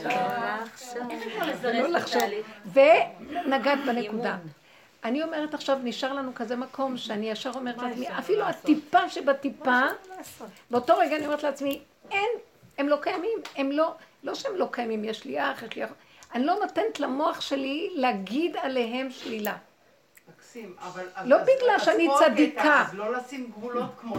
ולא לחשוב. ונגעת בנקודה. אני אומרת עכשיו, נשאר לנו כזה מקום שאני ישר אומרת לעצמי, אפילו הטיפה שבטיפה, באותו רגע אני אומרת לעצמי, אין, הם לא קיימים, הם לא, לא שהם לא קיימים, יש לי אח, יש לי אח, אני לא נותנת למוח שלי להגיד עליהם שלילה. מקסים, אבל... לא בגלל שאני צדיקה. אז לא לשים גבולות כמו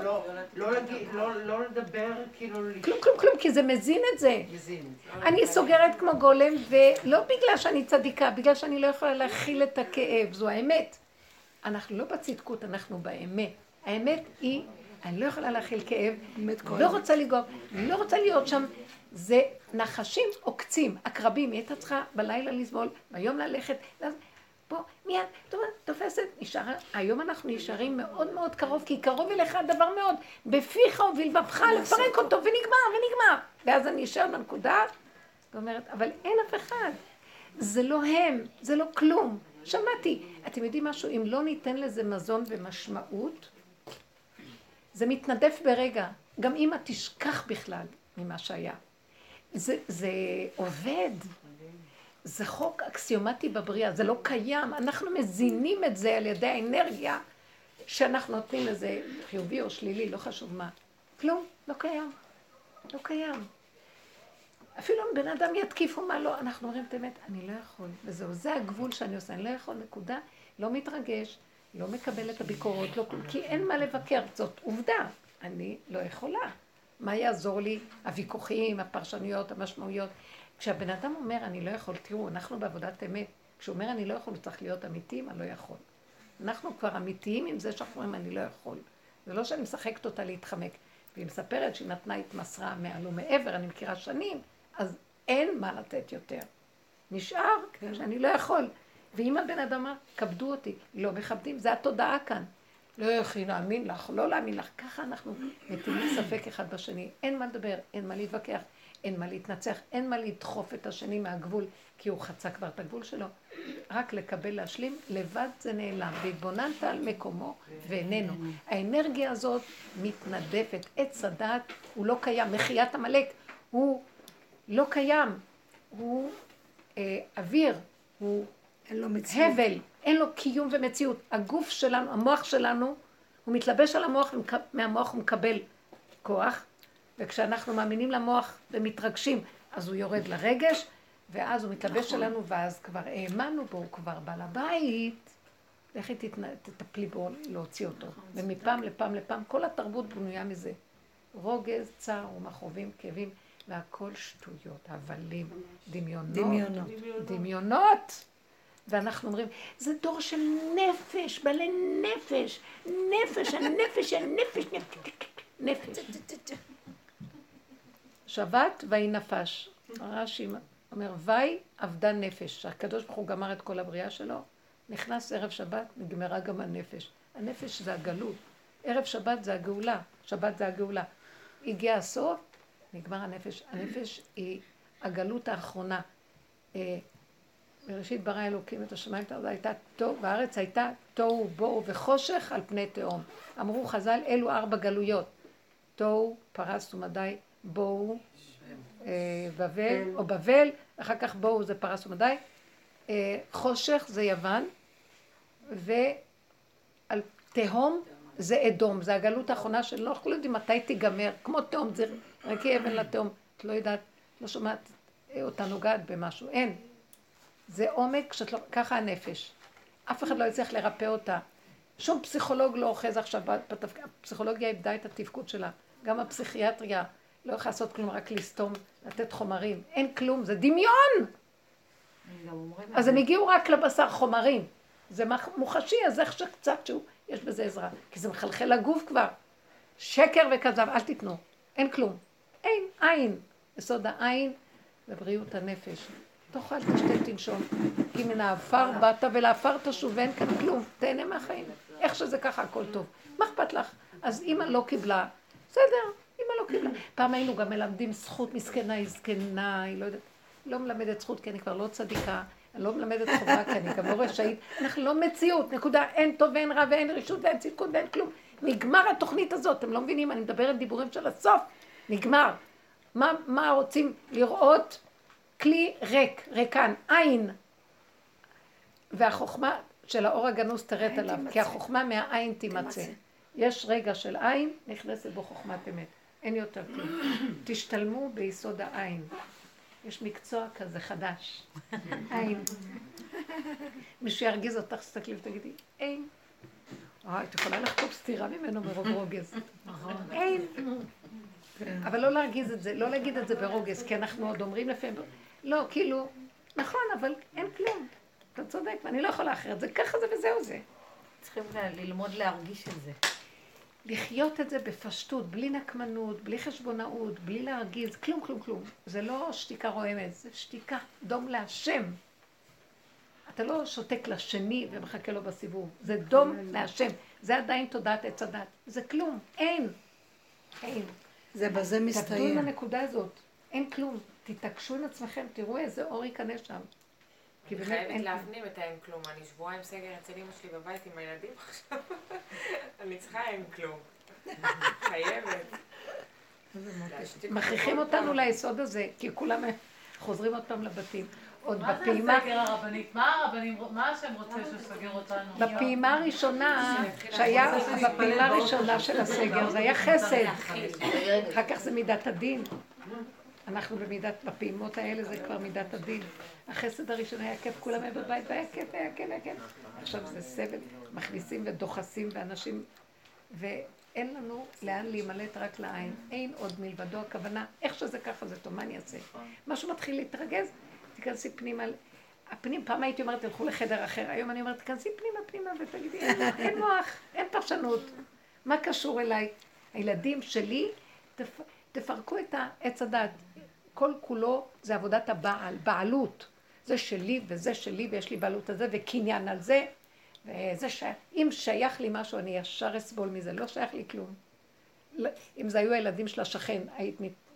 לא לדבר, כאילו... כלום, כלום, כלום, כי זה מזין את זה. מזין. אני סוגרת כמו גולם, ולא בגלל שאני צדיקה, בגלל שאני לא יכולה להכיל את הכאב, זו האמת. אנחנו לא בצדקות, אנחנו באמת. האמת היא... אני לא יכולה להכיל כאב, לא רוצה לגוב, לא רוצה להיות שם, זה נחשים עוקצים, עקרבים, היא הייתה צריכה בלילה לסבול, ביום ללכת, פה מיד, תופסת, נשאר, היום אנחנו נשארים מאוד מאוד קרוב, כי קרוב אליך הדבר מאוד, בפיך ובלבבך לפרק אותו, ונגמר, ונגמר. ואז אני נשאר בנקודה, ואומרת, אבל אין אף אחד, זה לא הם, זה לא כלום. שמעתי, אתם יודעים משהו, אם לא ניתן לזה מזון ומשמעות, זה מתנדף ברגע, גם אמא תשכח בכלל ממה שהיה. זה, זה עובד, זה חוק אקסיומטי בבריאה, זה לא קיים, אנחנו מזינים את זה על ידי האנרגיה שאנחנו נותנים לזה חיובי או שלילי, לא חשוב מה. כלום, לא קיים, לא קיים. אפילו אם בן אדם יתקיפו מה לא, אנחנו אומרים את האמת, אני לא יכול, וזהו, זה הגבול שאני עושה, אני לא יכול, נקודה, לא מתרגש, לא מקבל את הביקורות, לא, כי אין מה לבקר, זאת עובדה, אני לא יכולה. מה יעזור לי? הוויכוחים, הפרשנויות, המשמעויות. כשהבן אדם אומר, אני לא יכול, תראו, אנחנו בעבודת אמת, כשהוא אומר, אני לא יכול, הוא צריך להיות אמיתיים, אני לא יכול. אנחנו כבר אמיתיים עם זה שאנחנו אומרים, אני לא יכול. זה לא שאני משחקת אותה להתחמק. והיא מספרת שהיא נתנה התמסרה מעל ומעבר, אני מכירה שנים, אז אין מה לתת יותר. נשאר כן. שאני לא יכול. ואם הבן אדם אמר, כבדו אותי, לא מכבדים, זה התודעה כאן. לא יכולים להאמין לך, לא להאמין לך, ככה אנחנו מטילים ספק אחד בשני. אין מה לדבר, אין מה להתווכח, אין מה להתנצח, אין מה לדחוף את השני מהגבול, כי הוא חצה כבר את הגבול שלו. רק לקבל להשלים, לבד זה נעלם, והתבוננת על מקומו ואיננו. האנרגיה הזאת מתנדפת, עץ הדעת הוא לא קיים, מחיית המלאק הוא לא קיים, הוא אה, אוויר, הוא אין לו מציאות. הבל, אין לו קיום ומציאות. הגוף שלנו, המוח שלנו, הוא מתלבש על המוח, מהמוח הוא מקבל כוח, וכשאנחנו מאמינים למוח ומתרגשים, אז הוא יורד לרגש, ואז הוא מתלבש עלינו, ואז כבר האמנו בו, הוא כבר בעל הבית, לכי תטפלי בו להוציא אותו. ומפעם לפעם לפעם, כל התרבות בנויה מזה. רוגז, צער ומכאובים, כאבים, והכל שטויות, הבלים, דמיונות. דמיונות. דמיונות. ואנחנו אומרים, זה דור של נפש, בעלי נפש, נפש, הנפש, הנפש, נפש. שבת ויהי נפש. רש"י אומר, ויהי אבדה נפש. הקדוש ברוך הוא גמר את כל הבריאה שלו, נכנס ערב שבת, נגמרה גם הנפש. הנפש זה הגלות. ערב שבת זה הגאולה, שבת זה הגאולה. הגיע הסוף, נגמר הנפש. הנפש היא הגלות האחרונה. בראשית ברא אלוקים את השמיים, הייתה תוהו, והארץ הייתה תוהו בוהו וחושך על פני תהום. אמרו חז"ל, אלו ארבע גלויות. תוהו, פרס ומדי, בוהו, בבל, או בבל, אחר כך בוהו זה פרס ומדי, חושך זה יוון, ועל תהום זה אדום, זה הגלות האחרונה שלא יכולים יודעים מתי תיגמר, כמו תהום, זה רקי אבן לתהום, את לא יודעת, לא שומעת אותה נוגעת במשהו, אין. זה עומק, שאת לא, ככה הנפש. אף אחד לא יצליח לרפא אותה. שום פסיכולוג לא אוחז עכשיו בתפקיד, הפסיכולוגיה איבדה את התפקוד שלה. גם הפסיכיאטריה לא יכולה לעשות כלום, רק לסתום, לתת חומרים. אין כלום, זה דמיון! אז הם הגיעו רק לבשר חומרים. זה מוחשי, אז איך שקצת שהוא, יש בזה עזרה. כי זה מחלחל לגוף כבר. שקר וכזב, אל תיתנו. אין כלום. אין, אין. יסוד העין ובריאות הנפש. תאכל, תשתה, תנשום, כי מן האפר באת ולאפר תשוב, ואין כאן כלום, תהנה מהחיים. איך שזה ככה, הכל טוב. מה אכפת לך? אז אמא לא קיבלה, בסדר, אמא לא קיבלה. פעם היינו גם מלמדים זכות, מסכנה, היא זקנה, היא לא יודעת, לא מלמדת זכות כי אני כבר לא צדיקה, אני לא מלמדת חובה כי אני גם לא רשאית, אנחנו לא מציאות, נקודה, אין טוב ואין רע ואין רשות ואין צדקות ואין כלום. נגמר התוכנית הזאת, אתם לא מבינים, אני מדברת דיבורים של הסוף, נגמר. מה, מה רוצים לראות? כלי ריק, ריקן, עין. והחוכמה של האור הגנוז תרד עליו, כי החוכמה מהעין תימצא. יש רגע של עין, נכנסת בו חוכמת אמת. אין יותר כלום. תשתלמו ביסוד העין. יש מקצוע כזה חדש. עין. מישהו ירגיז אותך, תסתכלי ותגידי, אין. אה, את יכולה לחטוף סתירה ממנו מרוב רוגז. אין. אבל לא להרגיז את זה, לא להגיד את זה ברוגז, כי אנחנו עוד אומרים לפעמים, לא, כאילו, נכון, אבל אין כלום. אתה צודק, ואני לא יכולה אחרת, זה ככה זה וזהו זה. צריכים ללמוד להרגיש את זה. לחיות את זה בפשטות, בלי נקמנות, בלי חשבונאות, בלי להרגיז, כלום, כלום, כלום. זה לא שתיקה רועמת, זה שתיקה דום להשם. אתה לא שותק לשני ומחכה לו בסיבוב, זה דום להשם. זה עדיין תודעת עץ הדת. זה כלום, אין. אין. זה בזה מסתיים. תעבדו עם הנקודה הזאת, אין כלום. תתעקשו עם עצמכם, תראו איזה אור ייכנס שם. אני חייבת להפנים את האין כלום. אני שבועיים סגר אצל אמא שלי בבית עם הילדים עכשיו. אני צריכה אין כלום. חייבת. מכריחים אותנו ליסוד הזה, כי כולם חוזרים עוד פעם לבתים. עוד מה בפעימה... זה הסגר הרבנית? מה הרבנים, מה השם רוצה שסגר אותנו? בפעימה הראשונה, שהיה בפעימה הראשונה של הסגר, זה היה חסד. אחר כך זה מידת הדין. אנחנו במידת, בפעימות האלה זה כבר מידת הדין. החסד הראשון היה כיף, כולם היה בבית, והיה כיף, היה כיף, היה כיף. עכשיו זה סבל, מכניסים ודוחסים ואנשים, ואין לנו לאן להימלט רק לעין. אין עוד מלבדו הכוונה, איך שזה ככה זה טוב, מה אני אעשה? משהו מתחיל להתרגז, תיכנסי פנימה, הפנים, פעם הייתי אומרת, תלכו לחדר אחר, היום אני אומרת, תיכנסי פנימה, פנימה, ותגידי, אין מוח, אין פרשנות. מה קשור אליי? הילדים שלי, תפ... תפרקו את העץ הדת. כל כולו זה עבודת הבעל, בעלות. זה שלי וזה שלי ויש לי בעלות על זה וקניין על זה. וזה ש... אם שייך לי משהו אני ישר אסבול מזה, לא שייך לי כלום. אם זה היו הילדים של השכן, היית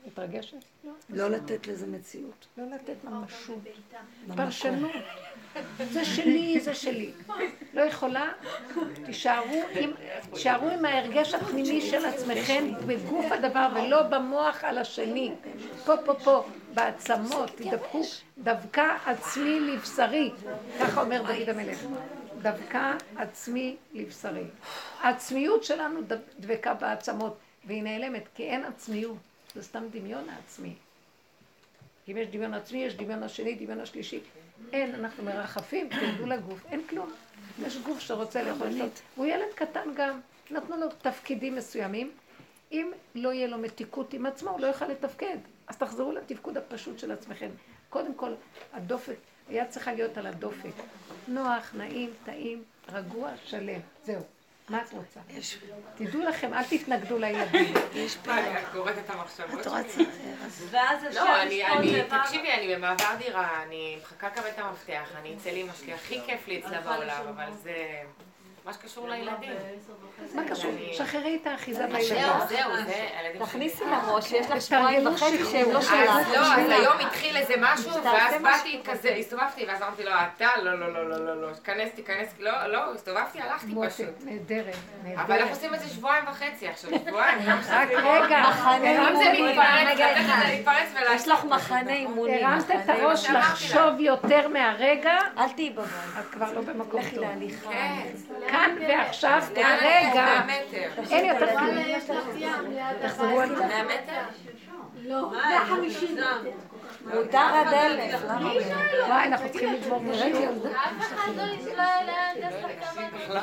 מתרגשת? לא לתת לזה מציאות. לא לתת ממשות. פרשנות. זה שלי, זה שלי. לא יכולה, תישארו עם, תישארו עם ההרגש הפנימי של עצמכם בגוף הדבר ולא במוח על השני. פה, פה, פה, בעצמות, תדבקו, דווקא עצמי לבשרי. ככה אומר דוד המלך. דווקא עצמי לבשרי. העצמיות שלנו דבקה בעצמות, והיא נעלמת, כי אין עצמיות. זה סתם דמיון העצמי. אם יש דמיון עצמי, יש דמיון השני, דמיון השלישי. אין, אנחנו מרחפים, תרדו לגוף, אין כלום. יש גוף שרוצה לאכול טוב. הוא ילד קטן גם, נתנו לו תפקידים מסוימים. אם לא יהיה לו מתיקות עם עצמו, הוא לא יוכל לתפקד. אז תחזרו לתפקוד הפשוט של עצמכם. קודם כל, הדופק, היה צריכה להיות על הדופק. נוח, נעים, טעים, רגוע, שלם. זהו. מה את רוצה? תדעו לכם, אל תתנגדו לילדים. יש פה. את קוראת את המחשבות? את רוצה? ואז השם ישפוט לבד. תקשיבי, אני במעבר דירה, אני מחכה לקבל את המפתח, אני אצל אמא שלי, הכי כיף לי אצלה בעולם, אבל זה מה שקשור לילדים. מה קשור? שחררי את האחיזה בילדים. זהו, זהו, זה, הילדים... תכניסי לראש, יש לך שבועיים וחצי שהם לא שלך. לא, אז היום התחיל איזה משהו, ואז באתי כזה, הסתובבתי, ואז אמרתי לו, אתה, לא, לא, לא, לא, לא, תיכנס, תיכנס, לא, לא, הסתובבתי, הלכתי פשוט. נהדרת, נהדרת. אבל איך עושים את זה שבועיים וחצי עכשיו, שבועיים? רק רגע. אם זה מתפרץ, זה להתפרץ ולעשות. יש לך מחנה אימוני. הרמת את הראש לחשוב יותר מהרגע, אל תהי בבית. את כבר לא במקום טוב. להליכה. כאן ועכשיו, הרגע, אין יותר כלום. תחזרו על זה. מאה מטר? לא, מאה חמישים. מותר עד אלף. וואי, אנחנו צריכים לגמור בשיעור. אף אחד לא ישלה להנדס לך כמה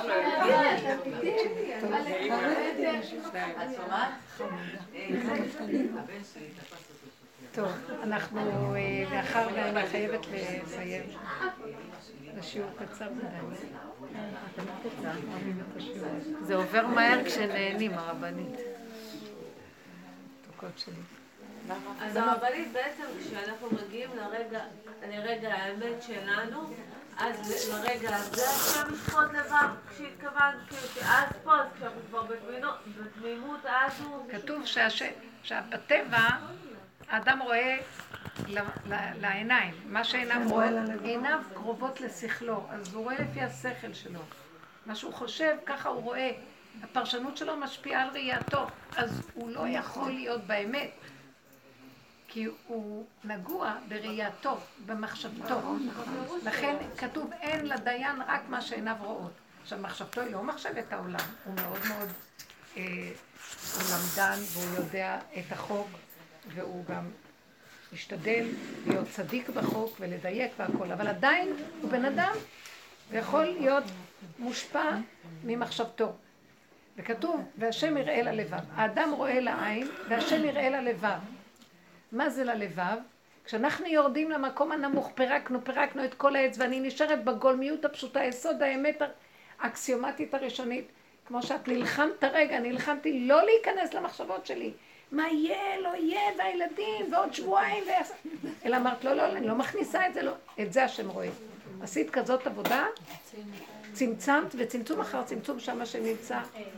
את שומעת? טוב, אנחנו, מאחר ואני חייבת לסיים. השיעור קצר מדי. זה עובר מהר כשנהנים, הרבנית. תוקות שלי. אז הרבנית בעצם כשאנחנו מגיעים לרגע, לרגע האמת שלנו, אז לרגע הזה השם ישפוט לבד, כשהתכוון, אז פה, אז כשאנחנו כבר בתמימות, אז הוא... כתוב שבטבע האדם רואה לעיניים, מה שעיניו רואה, עיניו קרובות לשכלו, אז הוא רואה לפי השכל שלו. מה שהוא חושב, ככה הוא רואה. הפרשנות שלו משפיעה על ראייתו, אז הוא לא יכול להיות באמת. כי הוא נגוע בראייתו, במחשבתו. לכן כתוב אין לדיין רק מה שעיניו רואות. עכשיו מחשבתו היא לא מחשבת העולם, הוא מאוד מאוד אה, הוא למדן והוא יודע את החוק והוא גם משתדל להיות צדיק בחוק ולדייק והכל, אבל עדיין הוא בן אדם ויכול להיות מושפע ממחשבתו. וכתוב והשם יראה ללבב, האדם רואה לעין והשם יראה ללבב. מה זה ללבב? כשאנחנו יורדים למקום הנמוך, פירקנו, פירקנו את כל העץ, ואני נשארת בגולמיות הפשוטה, יסוד האמת האקסיומטית הראשונית, כמו שאת נלחמת רגע, נלחמתי לא להיכנס למחשבות שלי. מה יהיה, לא יהיה, והילדים, ועוד שבועיים, ו... אלא אמרת, לא, לא, אני לא מכניסה את זה, לא. את זה השם רואה. עשית כזאת עבודה, צמצמת, וצמצום אחר צמצום שם השם נמצא.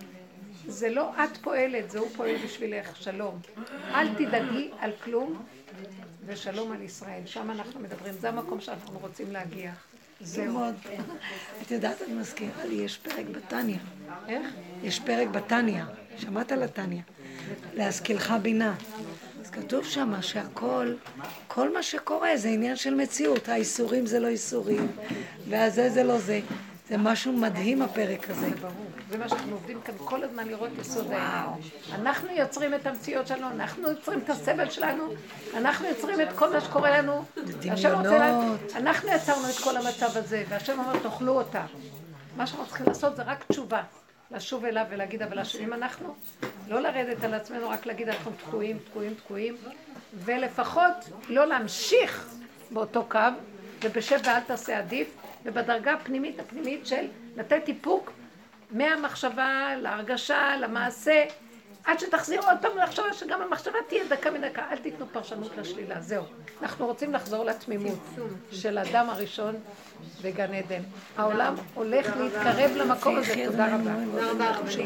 זה לא את פועלת, זה הוא פועל בשבילך, שלום. אל תדאגי על כלום, ושלום על ישראל. שם אנחנו מדברים, זה המקום שאנחנו רוצים להגיע. זהו. את יודעת, אני מזכירה לי, יש פרק בתניא. איך? יש פרק בתניא. שמעת על התניא? להשכילך בינה. אז כתוב שם שהכל, כל מה שקורה זה עניין של מציאות. האיסורים זה לא איסורים, והזה זה לא זה. זה משהו מדהים הפרק הזה. זה ברור. זה מה שאנחנו עובדים כאן כל הזמן לראות יסוד העניין. אנחנו יוצרים את המציאות שלנו, אנחנו יוצרים את הסבל שלנו, אנחנו יוצרים את כל מה שקורה לנו. דמיונות. אנחנו יצרנו את כל המצב הזה, והשם אומר, תאכלו אותה. מה שאנחנו צריכים לעשות זה רק תשובה. לשוב אליו ולהגיד, אבל השם אנחנו, לא לרדת על עצמנו, רק להגיד, אנחנו תקועים, תקועים, תקועים, ולפחות לא להמשיך באותו קו, ובשב ואל תעשה עדיף, ובדרגה הפנימית הפנימית של לתת איפוק מהמחשבה להרגשה, למעשה, עד שתחזיר עוד פעם לחשוב שגם המחשבה תהיה דקה מדקה, אל תיתנו פרשנות לשלילה, זהו. אנחנו רוצים לחזור לתמימות של האדם הראשון בגן עדן. העולם הולך להתקרב למקום הזה, תודה רבה.